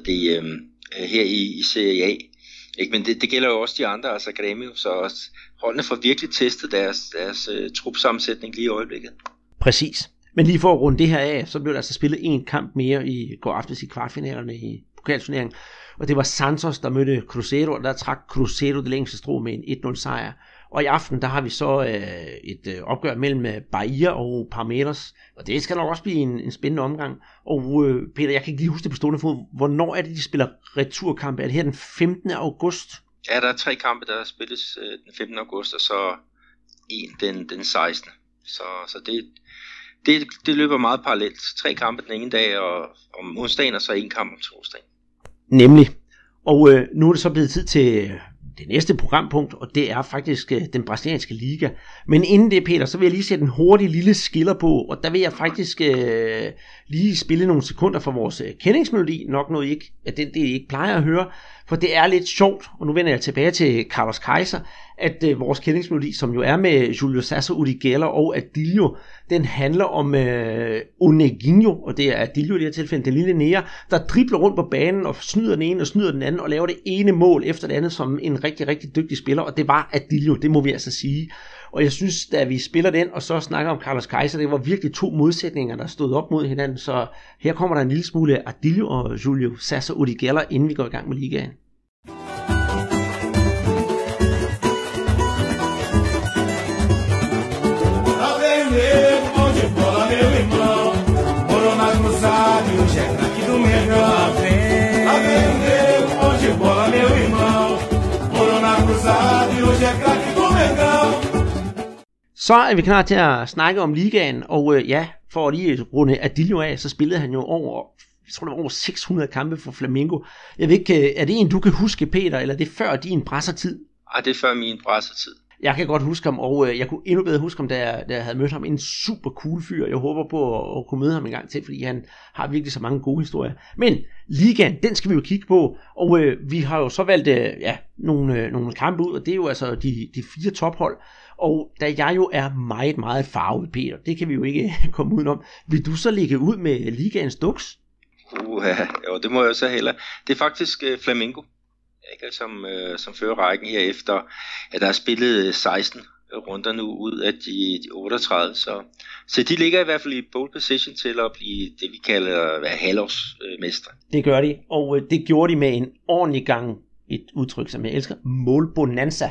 her i Serie A. Ikke? Men det gælder jo også de andre, altså Grêmio, så også holdene får virkelig testet deres trupsammensætning lige i øjeblikket. Præcis. Men lige for at runde det her af, så blev der altså spillet en kamp mere i går aftes i kvartfinalerne i pokalturneringen, og det var Santos, der mødte Cruzeiro, og der trak Cruzeiro det længste strå med en 1-0 sejr. Og i aften, der har vi så et opgør mellem Bahia og Palmeiras, og det skal nok også blive en spændende omgang. Og Peter, jeg kan ikke lige huske det på stående fod. Hvornår er det, de spiller returkampe? Er det her den 15. august? Ja, der er 3 kampe, der spilles den 15. august, og så en den 16. Så det løber meget parallelt. 3 kampe den ene dag, og om onsdagen, og så 1 kamp om torsdagen. Nemlig. Og nu er det så blevet tid til det næste programpunkt, og det er faktisk den brasilianske liga. Men inden det, Peter, så vil jeg lige sætte en hurtig lille skiller på, og der vil jeg faktisk lige spille nogle sekunder for vores kendingsmelodi, nok noget ikke, at det I ikke plejer at høre, for det er lidt sjovt, og nu vender jeg tilbage til Carlos Kaiser, at vores kendingsmelodi, som jo er med Julio César Urigeller og Adilho, den handler om Oneguinho, og det er Adilho i det her tilfælde, den lille nære, der dribler rundt på banen og snyder den ene og snyder den anden, og laver det ene mål efter det andet som en rigtig, rigtig dygtig spiller, og det var Adilho, det må vi altså sige. Og jeg synes, da vi spiller den, og så snakker om Carlos Kaiser, det var virkelig 2 modsætninger, der stod op mod hinanden, så her kommer der en lille smule Adilho og Julio César Urigeller, inden vi går i gang med ligaen. Så er vi klar til at snakke om ligaen, og for at lige runde Adilho af, så spillede han jo over 600 kampe for Flamengo. Jeg ved ikke, er det en, du kan huske, Peter, eller er det før din brassertid? Ej, det er før min brassertid. Jeg kan godt huske ham, og jeg kunne endnu bedre huske ham, da jeg havde mødt ham. En super cool fyr. Jeg håber på at kunne møde ham en gang til, fordi han har virkelig så mange gode historier. Men ligaen, den skal vi jo kigge på, og vi har jo så valgt nogle kampe ud, og det er jo altså de 4 tophold. Og da jeg jo er meget, meget farvet, Peter, det kan vi jo ikke komme udenom. Vil du så lægge ud med ligaens duks? Jo, det må jeg så heller. Det er faktisk Flamengo, ikke, som fører rækken her efter, at der er spillet 16 runder nu ud af de 38. Så de ligger i hvert fald i pole position til at blive det, vi kalder halvårsmestre. Det gør de, og det gjorde de med en ordentlig gang, et udtryk, som jeg elsker, målbonanza.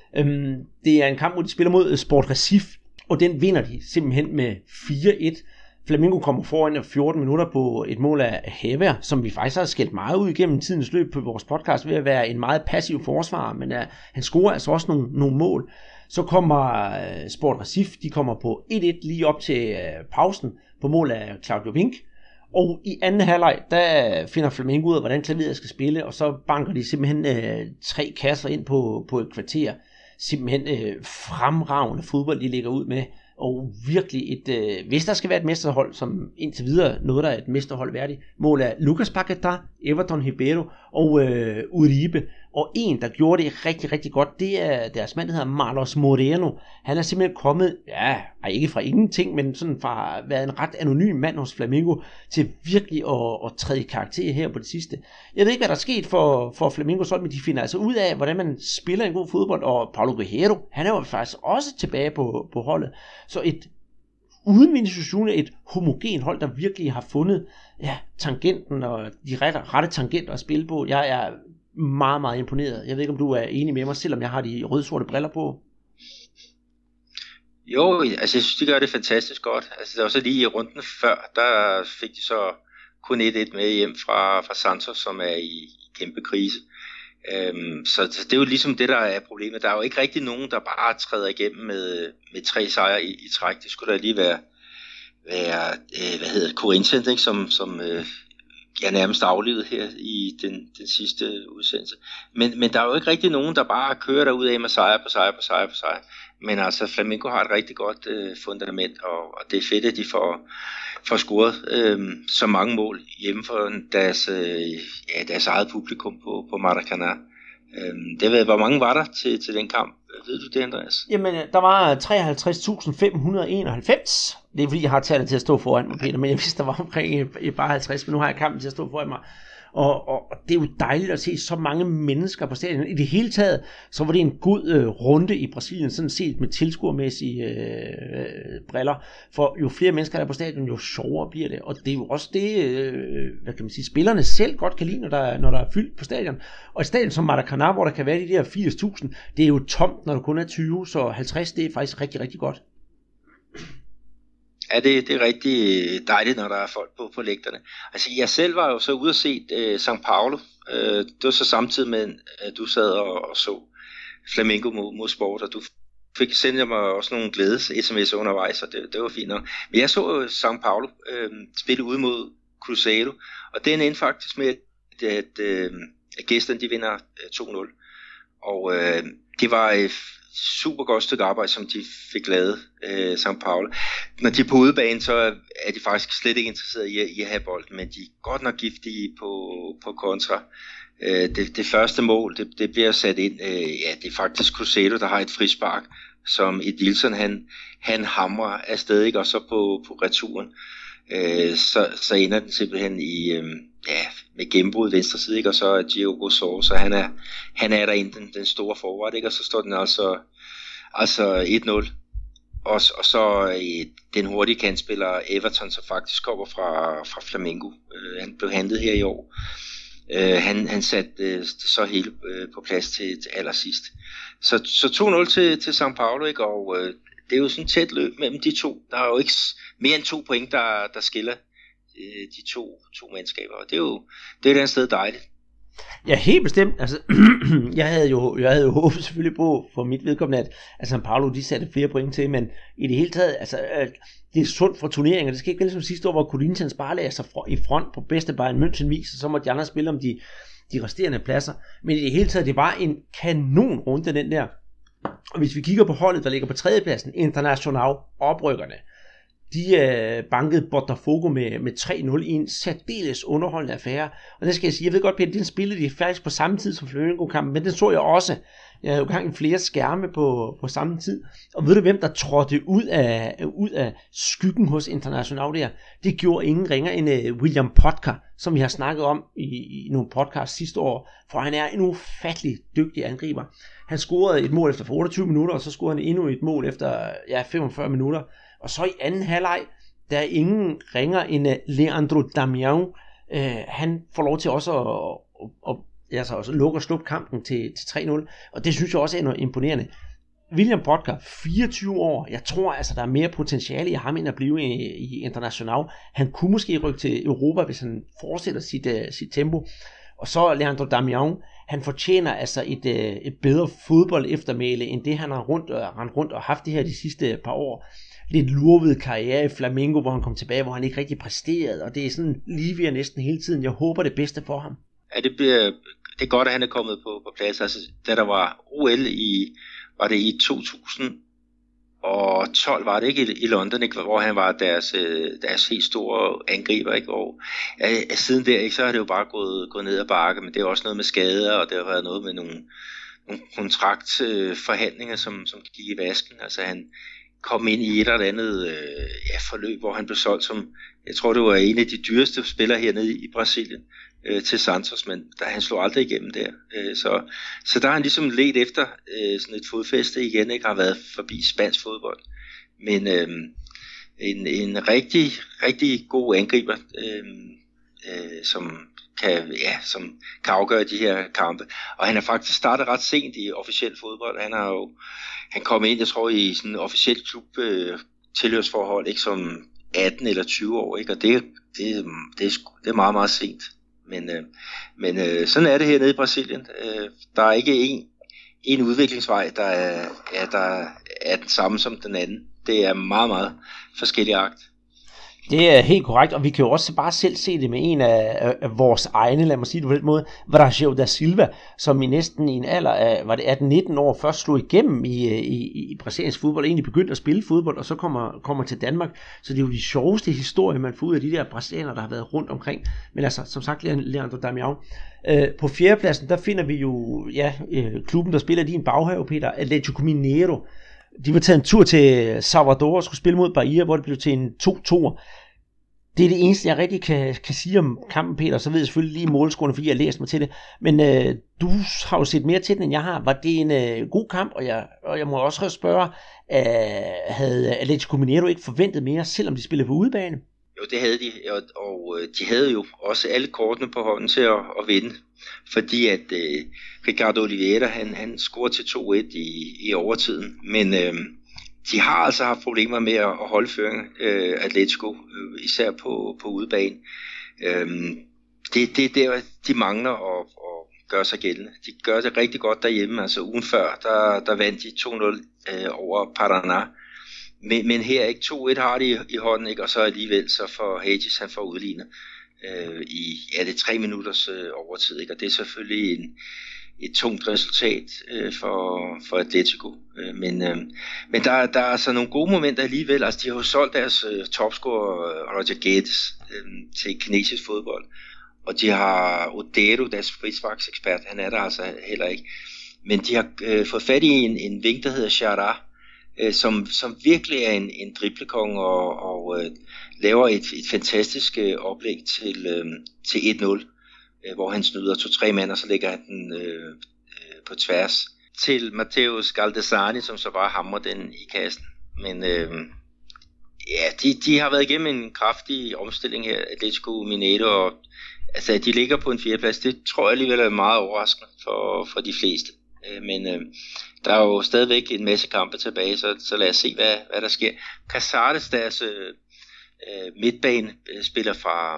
Det er en kamp, hvor de spiller mod Sport Recife, og den vinder de simpelthen med 4-1. Flamengo kommer foran af 14 minutter på et mål af Hever, som vi faktisk har skældt meget ud igennem tidens løb på vores podcast ved at være en meget passiv forsvarer, men han scorer altså også nogle mål. Så kommer Sport Recife, de kommer på 1-1 lige op til pausen på mål af Claudio Wink. Og i anden halvleg, der finder Flamengo ud af, hvordan klaveret skal spille, og så banker de simpelthen 3 kasser ind på et kvarter. Simpelthen fremragende fodbold, de ligger ud med. Og virkelig hvis der skal være et mesterhold, som indtil videre noget, der er et mesterhold værdigt, mål af Lucas Paquetá, Everton Ribeiro og Uribe. Og en, der gjorde det rigtig, rigtig godt, det er deres mand, der hedder Marlos Moreno. Han er simpelthen kommet, ikke fra ingenting, men sådan fra at være en ret anonym mand hos Flamengo, til virkelig at træde i karakter her på det sidste. Jeg ved ikke, hvad der er sket for Flamengo, sådan, men de finder altså ud af, hvordan man spiller en god fodbold, og Paulo Guerrero, han er jo faktisk også tilbage på holdet. Så uden Vinicius Junior, et homogen hold, der virkelig har fundet tangenten og de rette tangenter at spille på. Jeg er meget, meget imponeret. Jeg ved ikke, om du er enig med mig, selvom jeg har de rød-sorte briller på. Jo, altså jeg synes, de gør det fantastisk godt. Altså der var så lige i runden før, der fik de så kun 1-1 med hjem fra Santos, som er i kæmpe krise. Så det er jo ligesom det, der er problemet. Der er jo ikke rigtig nogen, der bare træder igennem med 3 sejre i træk. Det skulle da lige være Corinthians, ikke? Som nærmest aflivet her i den sidste udsendelse. Men der er jo ikke rigtig nogen, der bare kører derud af med sejr på sejr. Men altså, Flamengo har et rigtig godt fundament, og det er fedt, at de får scoret så mange mål hjemme for deres eget publikum på Maracanã. Hvor mange var der til den kamp? Ved du det, Andreas? Jamen, der var 53.591. Det er fordi, jeg har tallet til at stå foran mig, Peter, men jeg vidste, der var omkring bare 50, men nu har jeg kampen til at stå foran mig. Og det er jo dejligt at se så mange mennesker på stadion. I det hele taget, så var det en god runde i Brasilien, sådan set med tilskuermæssige briller. For jo flere mennesker der er på stadion, jo sjovere bliver det. Og det er jo også det, spillerne selv godt kan lide, når der er fyldt på stadion. Og et stadion som Maracanã, hvor der kan være de der 80.000, det er jo tomt, når der kun er 20, så 50, det er faktisk rigtig, rigtig godt. Ja, det er rigtig dejligt, når der er folk på lægterne. Altså, jeg selv var jo så ude og set São Paulo. Det var så samtidig med, at du sad og så Flamengo mod Sport, og du fik sendt mig også nogle glædes-sms'er undervejs, og det var fint nok. Men jeg så São Paulo spille ude mod Cruzeiro, og den endte faktisk med, at gæsterne de vinder 2-0. Og det var super godt stykke arbejde, som de fik lavet, São Paulo. Når de er på udebane, så er de faktisk slet ikke interesseret i at have bolden, men de er godt nok giftige på kontra. Det første mål, det bliver sat ind, det er faktisk Cruzeiro, der har et frispark, som Edilson, han hamrer afsted, ikke? Og så på returen, så ender den simpelthen i, med gennembrud venstre side, ikke? Og så er Diogo Souza, så han er derinde den store forward, ikke? Og så står den altså 1-0. Og så den hurtige kantspiller Everton, som faktisk kommer fra Flamengo. Han blev handlet her i år. Han satte så hele på plads til allersidst. Så 2-0 til São Paulo, ikke? Og det er jo sådan tæt løb mellem de to. Der er jo ikke mere end 2 point, der skiller de to mandskaber, og det er et andet sted dejligt. Ja, helt bestemt. Altså, jeg havde jo håbet selvfølgelig på for mit vedkommende, at São Paulo de satte flere point til, men i det hele taget, altså, det er sundt for turneringer. Det skal ikke være som sidste år, hvor Corinthians bare lagde sig i front på bedste Bayern München vis, og så må de andre spille om de resterende pladser. Men i det hele taget, det var en kanon runde, den der. Og hvis vi kigger på holdet, der ligger på 3. pladsen, Internacional, oprykkerne, de bankede Botafogo med 3-0 i en særdeles underholdende affære. Og det skal jeg sige, jeg ved godt, Peter, den spillede de faktisk på samme tid som Flamengo-kampen, men den så jeg også. Jeg havde jo gang i flere skærme på samme tid. Og ved du, hvem der trådte ud af skyggen hos Internacional der? Det gjorde ingen ringer end William Potker, som vi har snakket om i nogle podcasts sidste år, for han er en ufattelig dygtig angriber. Han scorede et mål efter 28 minutter, og så scorede han endnu et mål efter 45 minutter. Og så i anden halvleg, der er ingen ringer end Leandro Damião. Han får lov til også at lukke og slukke kampen til 3-0. Og det synes jeg også er imponerende. William Potker, 24 år. Jeg tror altså, der er mere potentiale i ham, end at blive i Internacional. Han kunne måske rykke til Europa, hvis han fortsætter sit tempo. Og så Leandro Damião, han fortjener altså et bedre fodbold eftermæle, end det han har rendt rundt og haft det her de sidste par år. Lidt lurvede karriere i Flamengo, hvor han kom tilbage, hvor han ikke rigtig præsterede, og det er sådan lige ved næsten hele tiden. Jeg håber det bedste for ham. Ja, det er godt, at han er kommet på plads. Altså, da der var OL var det i 2012, var det ikke i London, ikke? Hvor han var deres helt store angriber, ikke? Og siden der, ikke, så har det jo bare gået ned ad bakke, men det er også noget med skader, og det har været noget med nogle kontraktforhandlinger, som gik i vasken. Altså han kom ind i et eller andet forløb, hvor han blev solgt som, jeg tror det var en af de dyreste spillere hernede i Brasilien, til Santos, men han slog aldrig igennem der. Så der har han ligesom let efter sådan et fodfæste igen, ikke, har været forbi spansk fodbold. Men en rigtig, rigtig god angriber, som kan afgøre de her kampe. Og han har faktisk startet ret sent i officiel fodbold. Han kom ind, jeg tror, i sådan en officiel klub tilhørsforhold, ikke, som 18 eller 20 år, ikke? Og det er meget, meget sent. Men sådan er det hernede i Brasilien. Der er ikke en udviklingsvej, der er den samme som den anden. Det er meget, meget forskellige akt. Det er helt korrekt, og vi kan jo også bare selv se det med en af vores egne, lad mig sige det på den måde, Brasil da Silva, som i næsten i en alder af, var det 18-19 år, først slog igennem i brasiliansk fodbold, egentlig begyndte at spille fodbold, og så kommer til Danmark. Så det er jo de sjoveste historier, man får ud af de der brasilianere, der har været rundt omkring. Men altså, som sagt, Leandro Damião. På fjerdepladsen, der finder vi jo klubben, der spiller i din baghave, Peter, Atlético Mineiro. De var taget en tur til Salvador og skulle spille mod Bahia, hvor det blev til en 2-2'er. Det er det eneste, jeg rigtig kan sige om kampen, Peter. Så ved jeg selvfølgelig lige målscorerne, fordi jeg læste mig til det. Men du har jo set mere til den, end jeg har. Var det en god kamp? Og jeg må også spørge, havde Atlético Mineiro ikke forventet mere, selvom de spillede på udebane? Jo, det havde de, og de havde jo også alle kortene på hånden til at vinde. Fordi at Ricardo Oliveira, han scorede til 2-1 i overtiden. Men de har altså haft problemer med at holde føringen, Atletico, især på udebane. Det er der, de mangler at gøre sig gældende. De gør det rigtig godt derhjemme. Altså ugen før, der vandt de 2-0 over Paraná. Men her ikke 2-1 har de i hånden, ikke? Og så alligevel så får Hedges, han får udlignet det er 3 minutters overtid, ikke? Og det er selvfølgelig et tungt resultat for Atletico. Men der er altså nogle gode momenter alligevel. Altså de har jo solgt deres topscorer Roger Guedes til kinesisk fodbold. Og de har Odero, deres frisparksekspert, han er der altså heller ikke. Men de har fået fat i en ving, der hedder Xará, som virkelig er en driblekonge og laver et fantastisk oplæg til 1-0, hvor han snyder 2-3 mand, og så lægger han den på tværs til Matheus Galdesani, som så bare hamrer den i kassen. Men de har været igennem en kraftig omstilling her, Atlético Mineiro, og altså, de ligger på en 4. plads. Det tror jeg alligevel er meget overraskende for de fleste. Men der er jo stadigvæk en masse kampe tilbage, så lad os se, hvad der sker. Casares, deres midtbanespiller fra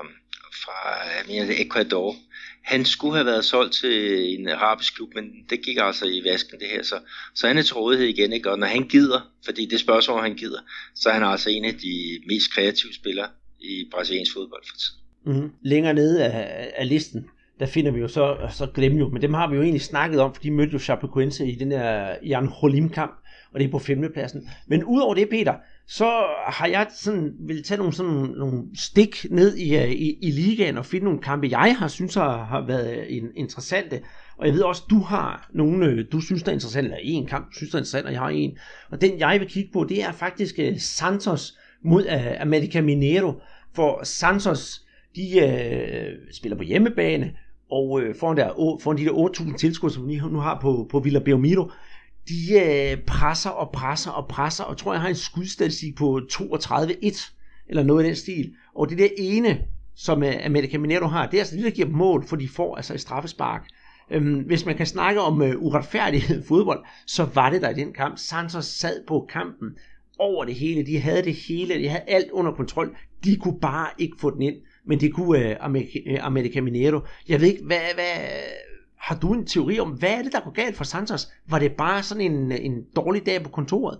Ecuador, han skulle have været solgt til en arabisk klub, men det gik altså i vasken det her, så han er til rådighed igen, ikke? Og når han gider, fordi det spørgsmål, om han gider, så er han altså en af de mest kreative spillere i brasiliansk fodbold for tiden. Mm-hmm. Længere nede af listen, der finder vi jo så Grêmio, men dem har vi jo egentlig snakket om, for de mødte jo Chapecoense i den her Jan Holim-kamp, og det er på 5. pladsen. Men udover det, Peter, så har jeg vil tage nogle stik ned i ligaen og finde nogle kampe, jeg har synes har været interessante. Og jeg ved også, du har nogle, du synes der er interessant, eller en kamp, du synes der er interessant, og jeg har en. Og den jeg vil kigge på, det er faktisk Santos mod América Mineiro, for Santos, de spiller på hjemmebane, og foran de der 8.000 tilskuere, som vi nu har på Villa Belmiro, de presser, og tror jeg har en skudstatistik på 32-1, eller noget af den stil. Og det der ene, som América Mineiro har, det er altså det, der giver mål, for de får altså et straffespark. Hvis man kan snakke om uretfærdighed i fodbold, så var det der i den kamp. Santos sad på kampen over det hele, de havde det hele, de havde alt under kontrol, de kunne bare ikke få den ind, men det kunne América Mineiro. Jeg ved ikke, hvad har du en teori om, hvad er det, der går galt for Santos? Var det bare sådan en dårlig dag på kontoret?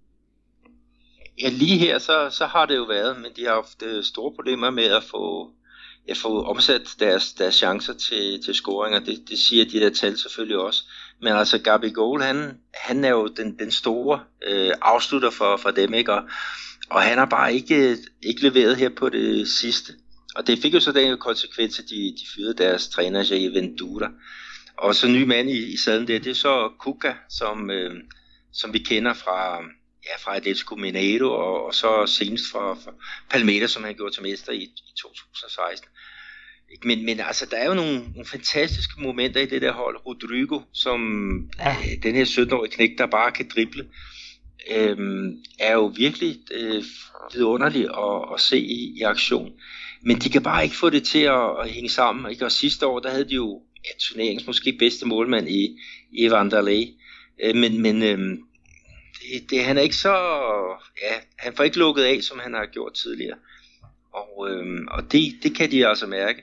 Ja, lige her, så har det jo været, men de har haft store problemer med at få omsat deres chancer til scoringer. Det siger de der tal selvfølgelig også. Men altså Gabigol, han er jo den store afslutter for dem, ikke? Og han har bare ikke leveret her på det sidste. Og det fik jo så den konsekvens, at de fyrede deres træner, Jair Ventura. Og så ny mand i sadlen der, det er så Cuca, som vi kender fra Atlético Mineiro, og så senest fra Palmeiras, som han gjorde til mester i 2016. Men altså, der er jo nogle fantastiske momenter i det der hold. Rodrigo, som den her 17-årige knægt, der bare kan drible, er jo virkelig vidunderlig at se i aktion. Men de kan bare ikke få det til at hænge sammen. Ikke? Og sidste år, der havde de jo turneringens måske bedste målmand i Vanderlei. Men han er ikke så... Ja, han får ikke lukket af, som han har gjort tidligere. Og det kan de altså mærke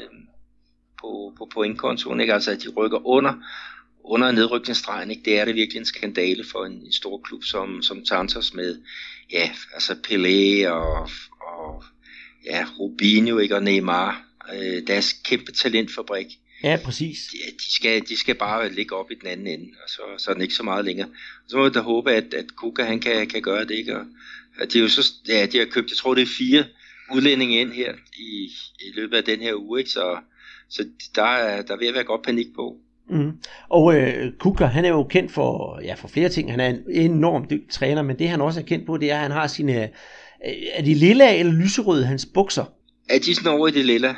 på pointkontoen. Ikke? Altså, at de rykker under nedrykningsstregen. Ikke? Det er det virkelig en skandale for en stor klub som Santos med, ja, altså Pelé og Robinho, ikke, og Neymar, deres kæmpe talentfabrik. Ja, præcis. De skal bare ligge op i den anden ende, og så er den ikke så meget længere. Og så må vi da håbe, at Kuka han kan gøre det, ikke? Og de er jo så, de har købt, jeg tror det er 4 udlændinge ind her i løbet af den her uge, ikke? Så der er ved at være godt panik på. Mm. Og Kuka, han er jo kendt for flere ting. Han er en enormt dygtig træner, men det han også er kendt på, det er, at han har sine, er de lilla eller lyserøde, hans bukser? Er de sådan over i det lilla?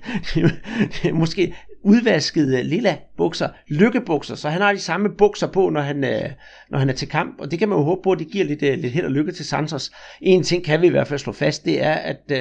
Måske udvaskede lilla bukser, lykkebukser, så han har de samme bukser på, når han er til kamp, og det kan man jo håbe på, at det giver lidt held og lykke til Santos. En ting kan vi i hvert fald slå fast, det er, at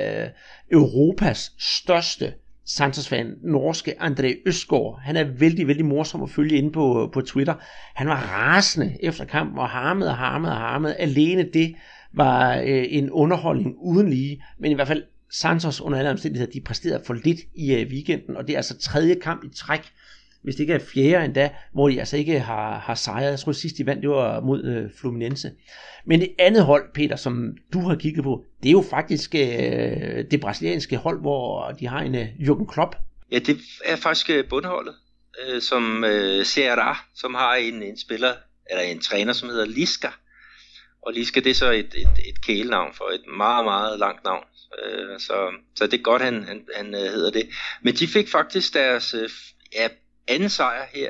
Europas største Santos-fan, norske André Østgaard, han er vældig, vældig morsom at følge inde på Twitter. Han var rasende efter kampen og harmede. Alene det var en underholdning uden lige, men i hvert fald Santos under alle omstændigheder, de præsterede for lidt i weekenden, og det er altså 3. kamp i træk, hvis det ikke er 4. endda, hvor de altså ikke har sejret. Jeg tror sidst de vandt, det var mod Fluminense. Men det andet hold, Peter, som du har kigget på, det er jo faktisk det brasilianske hold, hvor de har en Jürgen Klopp. Ja, det er faktisk bundholdet, som Ceará, som har en spiller, eller en træner, som hedder Lisca. Og Lisca, det er så et kælenavn for et meget, meget langt navn. Så det er godt, han hedder det. Men de fik faktisk deres anden sejr her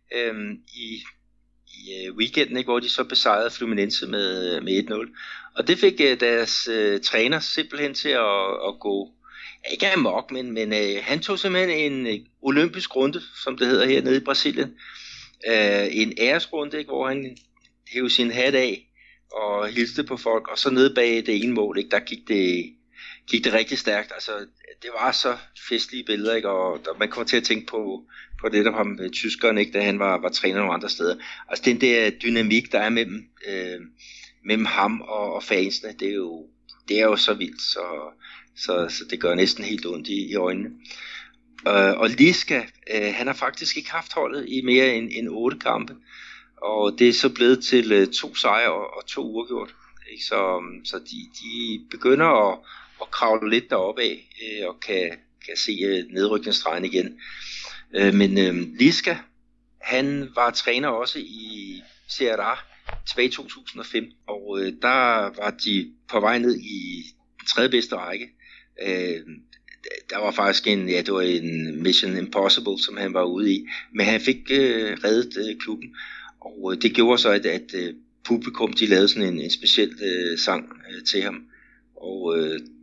i weekenden, ikke, hvor de så besejrede Fluminense med 1-0. Og det fik deres træner simpelthen til at gå, ikke amok, men han tog simpelthen en olympisk runde, som det hedder hernede i Brasilien. En æresrunde, ikke, hvor han hævde sin hat af og hilste på folk, og så nede bag det ene mål, ikke, der gik det rigtig stærkt. Altså, det var så festlige billeder, ikke? Og man kommer til at tænke på det der var med tyskeren, ikke, da han var træner nogle andre steder. Altså den der dynamik, der er mellem ham og fansene, det er jo så vildt, så det gør næsten helt ondt i øjnene. Og Lisca, han har faktisk ikke haft holdet i mere end 8 kampe, og det er så blevet til 2 sejre og 2 uafgjort. Ikke? Så de begynder at kravle lidt deroppe af og kan se nedrykningsstregen igen. Men Lisca, han var træner også i Ceará tilbage i 2005, og der var de på vej ned i den 3. bedste række. Der var faktisk det var en Mission Impossible, som han var ude i, men han fik reddet klubben, og det gjorde så, at publikum, de lavede sådan en speciel sang til ham, og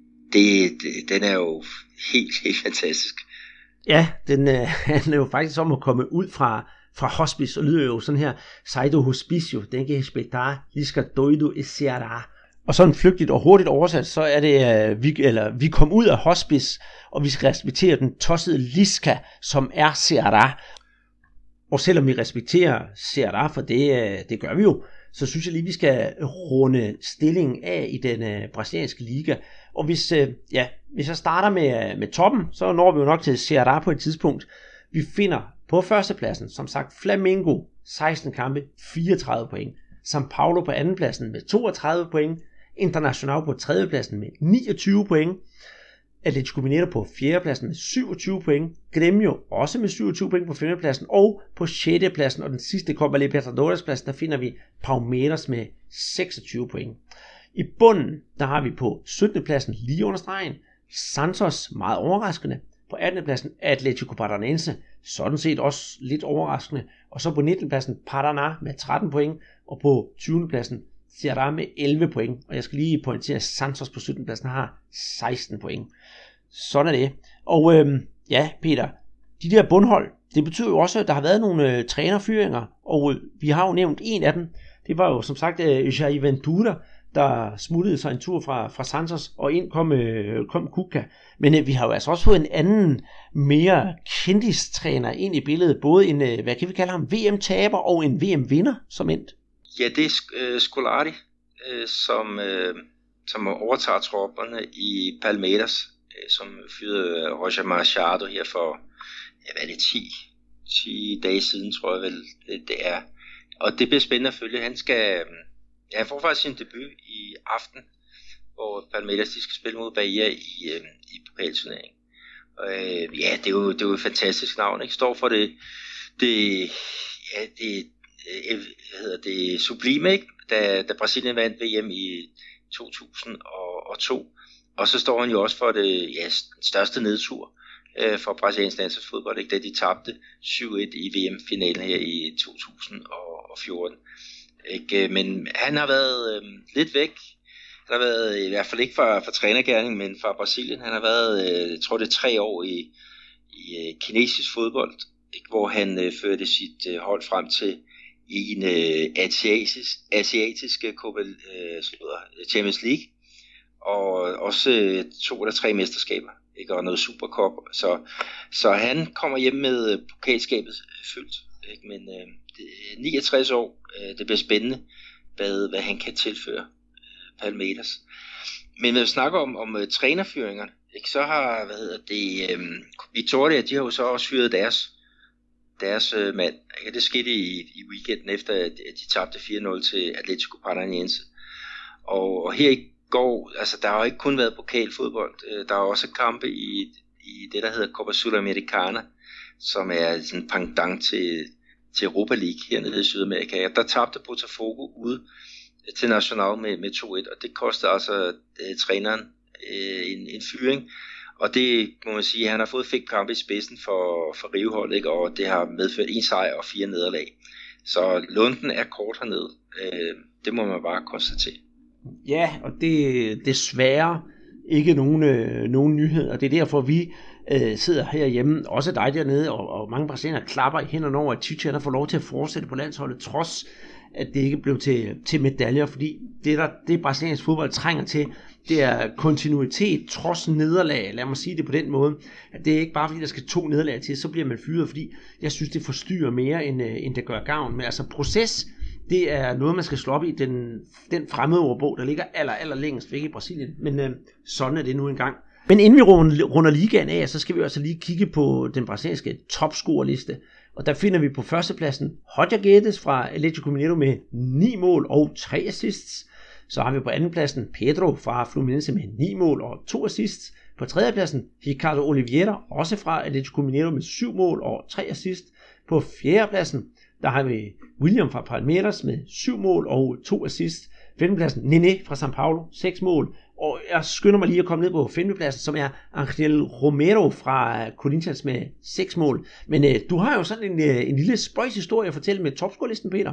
den er jo helt fantastisk. Ja, den handler jo faktisk om at komme ud fra hospice, og lyder jo sådan her: Sai do hospicio, den kan respectar, Lisca doido e Ceará. Og sådan flygtigt og hurtigt oversat, så er det, vi kom ud af hospice, og vi skal respektere den tossede Lisca, som er Ceará. Og selvom vi respekterer Ceará, for det gør vi jo, så synes jeg lige, vi skal runde stillingen af i den brasilianske liga. Og hvis jeg starter med toppen, så når vi jo nok til Ceará på et tidspunkt. Vi finder på førstepladsen, som sagt, Flamengo, 16 kampe, 34 point. São Paulo på andenpladsen med 32 point. Internacional på tredjepladsen med 29 point. Atlético Mineiro på fjerdepladsen med 27 point. Grêmio også med 27 point på femtepladsen. Og på sjettepladsen og den sidste Copa Libertadores pladsen, der finder vi Palmeiras med 26 point. I bunden, der har vi på 17. pladsen lige under stregen Santos, meget overraskende. På 18. pladsen Atlético Paranaense, sådan set også lidt overraskende. Og så på 19. pladsen Paraná med 13 point, og på 20. pladsen Ceará med 11 point. Og jeg skal lige pointere, at Santos på 17. pladsen har 16 point. Sådan er det. Og Peter, de der bundhold, det betyder jo også, at der har været nogle trænerfyringer, og vi har jo nævnt en af dem. Det var jo som sagt Jair Ventura, der smuttede sig en tur fra Santos, og ind kom Kuka. Men vi har jo altså også fået en anden, mere kendistræner ind i billedet. Både en, hvad kan vi kalde ham, VM-taber og en VM-vinder som endt. Ja, det er Scolari, som overtager tropperne i Palmeiras, som fyrede Roger Machado her for, hvad er det, 10 dage siden, tror jeg vel, det er. Og det bliver spændende at følge. Han får faktisk sin debut i aften hvor Palmeiras de skal spille mod Bahia i pokalturneringen. Ja, det er jo et fantastisk navn, ikke? Står for det hedder det Sublime, ikke? Da Brasilien vandt VM i 2002. Og så står han jo også for det største nedtur for brasiliansk landsholdsfodbold, ikke? Da de tabte 7-1 i VM-finalen her i 2014. Ikke? Men han har været lidt væk. Han har været i hvert fald ikke fra trænergerning, men fra Brasilien. Han har været, jeg tror det er 3 år i kinesisk fodbold, ikke? Hvor han førte sit hold frem til i en asiatisk Champions League, og også 2 eller 3 mesterskaber, ikke? Og noget Supercup. Så han kommer hjem med pokalskabet fyldt, ikke? Men 69 år, det bliver spændende, hvad han kan tilføre Palmeiras. Men når vi snakker om trænerfyringerne, ikke, så har Vitória, de har jo så også fyret deres mand. Ikke? Det skete i weekenden efter, at de tabte 4-0 til Atlético Paranaense. Og her i går, altså der har jo ikke kun været pokalfodbold, der er også kampe i det, der hedder Copa Sudamericana, som er sådan pendant til Europa League hernede i Sydamerika. Der tabte Botafogo ude til Nacional med 2-1, og det kostede altså træneren en fyring. Og det må man sige, at han har fået 5 kampe i spidsen for Rio-holdet, ikke? Og det har medført 1 sejr og 4 nederlag. Så lunden er kort hernede. Det må man bare konstatere. Ja, og det er desværre ikke nogen nyhed, og det er derfor, vi sidder herhjemme, også dig dernede, og mange brasilianere klapper i hænderne over, at Tite har fået lov til at fortsætte på landsholdet, trods at det ikke blev til medaljer, fordi det brasiliansk fodbold trænger til, det er kontinuitet trods nederlag. Lad mig sige det på den måde, at det er ikke bare fordi der skal 2 nederlag til, så bliver man fyret, fordi jeg synes det forstyrrer mere end det gør gavn. Men altså proces, det er noget man skal slå op i den fremmedordbog, der ligger aller længst væk i Brasilien. Men sådan er det nu engang. Men inden vi runder ligaen af, så skal vi altså lige kigge på den brasilianske topscorerliste. Og der finder vi på førstepladsen Roger Guedes fra Atlético Mineiro med 9 mål og 3 assists. Så har vi på andenpladsen Pedro fra Fluminense med 9 mål og 2 assists. På tredjepladsen Ricardo Oliveira, også fra Atlético Mineiro med 7 mål og 3 assists. På fjerdepladsen, der har vi William fra Palmeiras med 7 mål og 2 assists. Femtepladsen Nené fra São Paulo, 6 mål. Og jeg skynder mig lige at komme ned på femtepladsen, som er Angel Romero fra Corinthians med 6 mål. Men du har jo sådan en lille spøjshistorie at fortælle med topscorelisten, Peter.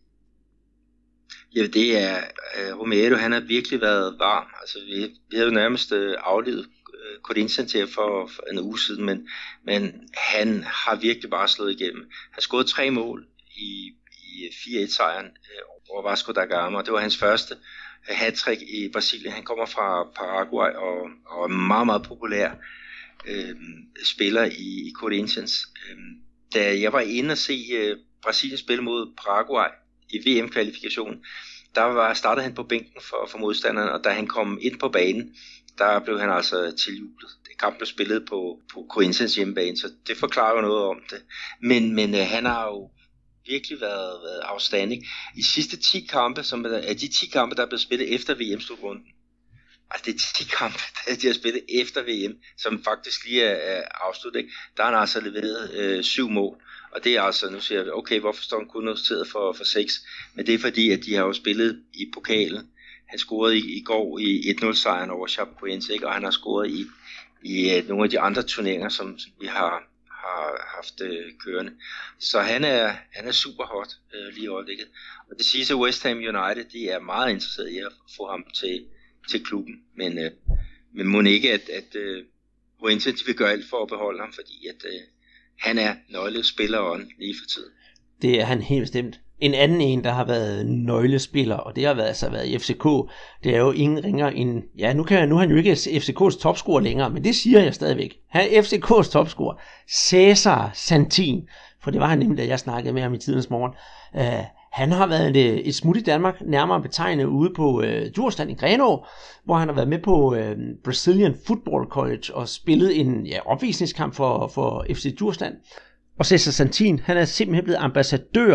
Ja, det er Romero, han har virkelig været varm. Altså, vi havde jo nærmest aflevet Corinthians til for en uge siden, men han har virkelig bare slået igennem. Han scorede 3 mål i 4-1-sejren over Vasco da Gama. Det var hans første hattrick i Brasilien. Han kommer fra Paraguay og er meget, meget populær spiller i Corinthians. Da jeg var inde og se Brasilien spille mod Paraguay i VM-kvalifikationen, der startede han på bænken for modstanderen, og da han kom ind på banen, der blev han altså tiljublet. Kampen blev spillet på Corinthians hjemmebane, så det forklarer jo noget om det. Men han har jo virkelig været afstanding. I sidste 10 kampe, som er de 10 kampe, der er blevet spillet efter VM-slutrunden, altså det er 10 kampe, de har spillet efter VM, som faktisk lige er afsluttet, ikke? Der har han altså leveret 7 mål. Og det er altså, nu siger jeg, okay, hvorfor står han kun noteret for 6? Men det er fordi, at de har jo spillet i pokalen. Han scorede i går i 1-0-sejren over Chapecoense, ikke? Og han har scoret i nogle af de andre turneringer, som vi har haft kørende. Så han er super hot lige i øjeblikket. Og det siges, at West Ham United, de er meget interesseret i at få ham til klubben. Men må ikke, at Corinthians vil gøre alt for at beholde ham, fordi at han er nøglespilleren lige for tiden. Det er han helt bestemt. En anden en, der har været nøglespiller, og det har været i FCK, det er jo ingen ringer end... Ja, nu er han jo ikke FCK's topscorer længere, men det siger jeg stadigvæk. Han er FCK's topscorer. Cesar Santin, for det var han nemlig, da jeg snakkede med ham i tidens morgen. Han har været et smut i Danmark, nærmere betegnet ude på Djursland i Grenaa, hvor han har været med på Brazilian Football College og spillet en opvisningskamp for FC Djursland. Og Cesar Santin, han er simpelthen blevet ambassadør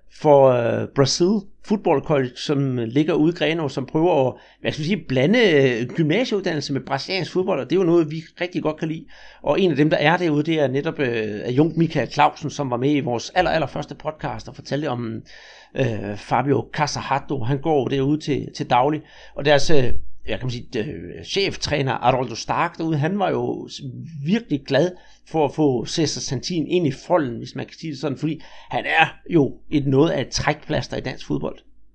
for Brazil Football College, som ligger ude i Grenaa, som prøver at blande gymnasieuddannelse med brasiliansk fodbold, og det er jo noget, vi rigtig godt kan lide. Og en af dem, der er derude, det er netop adjunkt Michael Clausen, som var med i vores allerførste podcast og fortalte om Fabio Casahato. Han går derude til daglig, og deres cheftræner Aroldo Stark derude, han var jo virkelig glad for at få Cesar Santin ind i folden, hvis man kan sige det sådan, fordi han er jo noget af et trækplaster i dansk fodbold.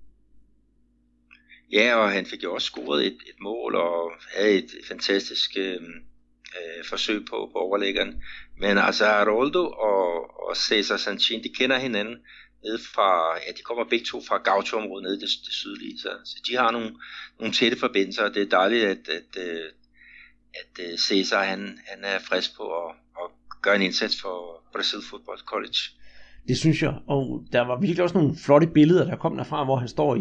Ja, og han fik jo også scoret et mål og havde et fantastisk forsøg på overlæggeren. Men altså Aroldo og Cesar Santin, de kender hinanden nede fra, de kommer begge to fra Gaucho-området nede i det sydlige, så de har nogle tætte forbindelser, og det er dejligt, at Cesar han er frisk på at gøre en indsats for Brazil Football College. Det synes jeg, og der var virkelig også nogle flotte billeder, der kom derfra, hvor han står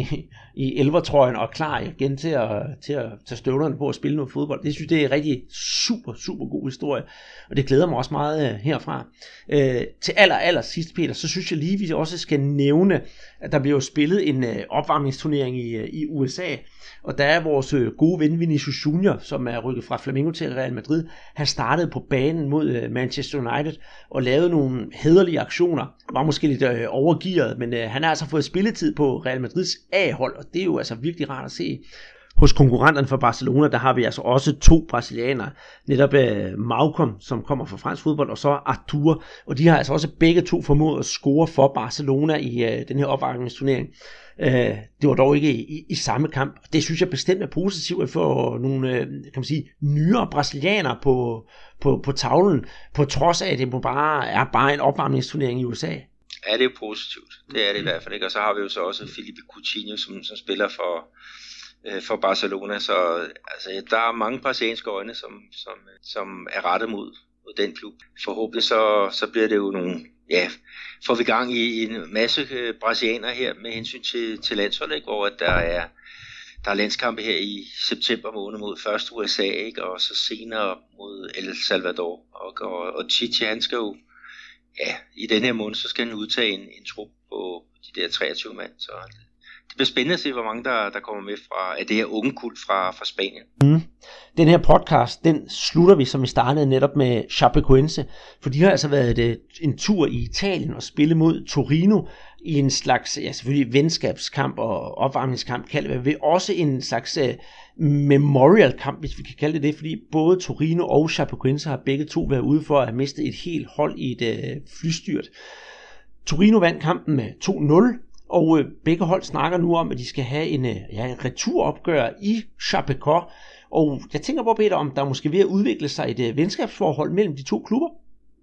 i elvertrøjen og er klar igen til at tage støvlerne på og spille noget fodbold. Det synes jeg, det er en rigtig super god historie, og det glæder mig også meget herfra. Til aller sidst, Peter, så synes jeg lige, vi også skal nævne, at der bliver jo spillet en opvarmningsturnering i USA, og der er vores gode ven Vinicius Junior, som er rykket fra Flamengo til Real Madrid. Han startede på banen mod Manchester United og lavede nogle hæderlige aktioner. Var måske lidt overgearet, men han har altså fået spilletid på Real Madrids A-hold, og det er jo altså virkelig rart at se. Hos konkurrenterne for Barcelona, der har vi altså også 2 brasilianere, netop Malcolm, som kommer fra fransk fodbold, og så Arthur, og de har altså også begge 2 formået at score for Barcelona i den her opvarmningsturnering. Det var dog ikke i samme kamp. Det synes jeg bestemt er positivt for nogle, kan man sige, nyere brasilianere på tavlen, på trods af, at det bare en opvarmningsturnering i USA. Ja, det er positivt. Det er det i hvert fald ikke. Og så har vi jo så også Felipe Coutinho, som spiller for Barcelona. Så altså, der er mange brasilianske øjne, som er rettet mod den klub. Forhåbentlig så bliver det jo nogle... Ja, får vi gang i en masse brasilianere her med hensyn til landsholdet, hvor der er landskampe her i september måned mod først USA, ikke? Og så senere mod El Salvador. Og Tite, han skal jo, i den her måned, så skal han udtage en trup på de der 23 mand. Så det bliver spændende at se, hvor mange der kommer med af det her unge kult fra Spanien. Den her podcast, den slutter vi, som vi startede netop med Chapecoense, for de har altså været en tur i Italien og spille mod Torino i en slags, selvfølgelig venskabskamp og opvarmningskamp, kalder vi også en slags memorial-kamp, hvis vi kan kalde det, fordi både Torino og Chapecoense har begge 2 været ude for at have mistet et helt hold i et flystyrt. Torino vandt kampen med 2-0, og begge hold snakker nu om, at de skal have en returopgør i Chapecó. Og jeg tænker på, Peter, om der måske ved at udvikle sig et venskabsforhold mellem de 2 klubber?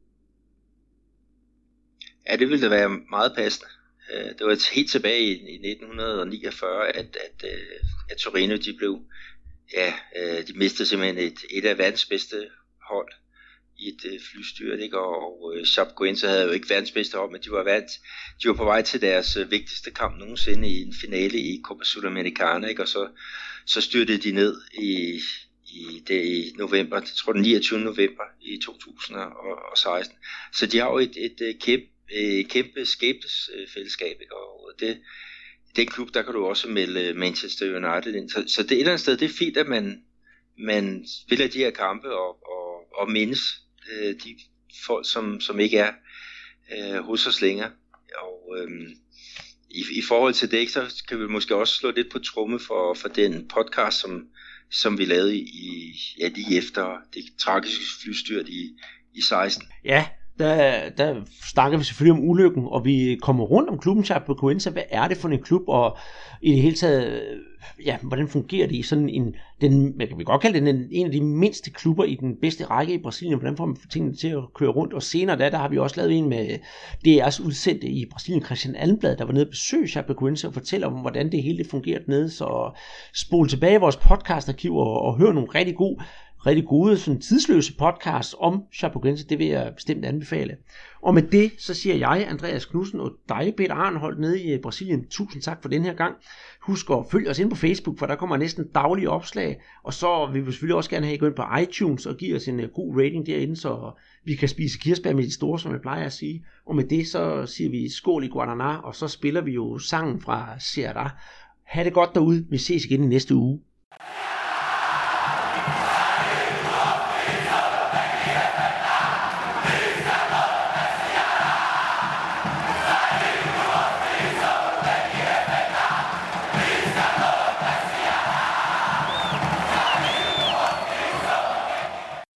Ja, det ville da være meget passende. Det var helt tilbage i 1949, at Torino de blev, de mistede simpelthen et af verdens bedste hold i et flystyrt, ikke? Og Chapecoense havde jo ikke verdens bedste hold, men de var på vej til deres vigtigste kamp nogensinde i en finale i Copa Sudamericana, ikke? Og så styrtede de ned i november, jeg tror den 29. november i 2016. Så de har jo et kæmpe skæbnesfællesskab, ikke? Og den klub, der kan du også melde Manchester United ind. Så det et eller andet sted, det er fint, at man spiller de her kampe og mindes de folk, som ikke er hos os længere. Og i forhold til det, så kan vi måske også slå lidt på tromme for den podcast, som vi lavede lige efter det tragiske flystyrt i 16. Ja, der snakker vi selvfølgelig om ulykken, og vi kommer rundt om klubben Chapecoense. Hvad er det for en klub, og i det hele taget, hvordan fungerer det i sådan man kan godt kalde det en af de mindste klubber i den bedste række i Brasilien. Hvordan får man tingene til at køre rundt? Og senere der har vi også lavet en med DR's udsendte i Brasilien, Christian Almblad, der var nede og besøge Chapecoense og fortælle om, hvordan det hele fungerer dernede. Så spol tilbage i vores podcastarkiv og hør nogle rigtig gode rigtig gode, sådan tidsløse podcast om Chapecoense. Det vil jeg bestemt anbefale. Og med det, så siger jeg, Andreas Knudsen, og dig, Peter Arnholdt, nede i Brasilien. Tusind tak for den her gang. Husk at følge os ind på Facebook, for der kommer næsten daglige opslag. Og så vil vi selvfølgelig også gerne have, at I går ind på iTunes og giver os en god rating derinde, så vi kan spise kirsebær med de store, som jeg plejer at sige. Og med det, så siger vi skål i Guaraná, og så spiller vi jo sangen fra Ceará. Ha' det godt derude. Vi ses igen i næste uge.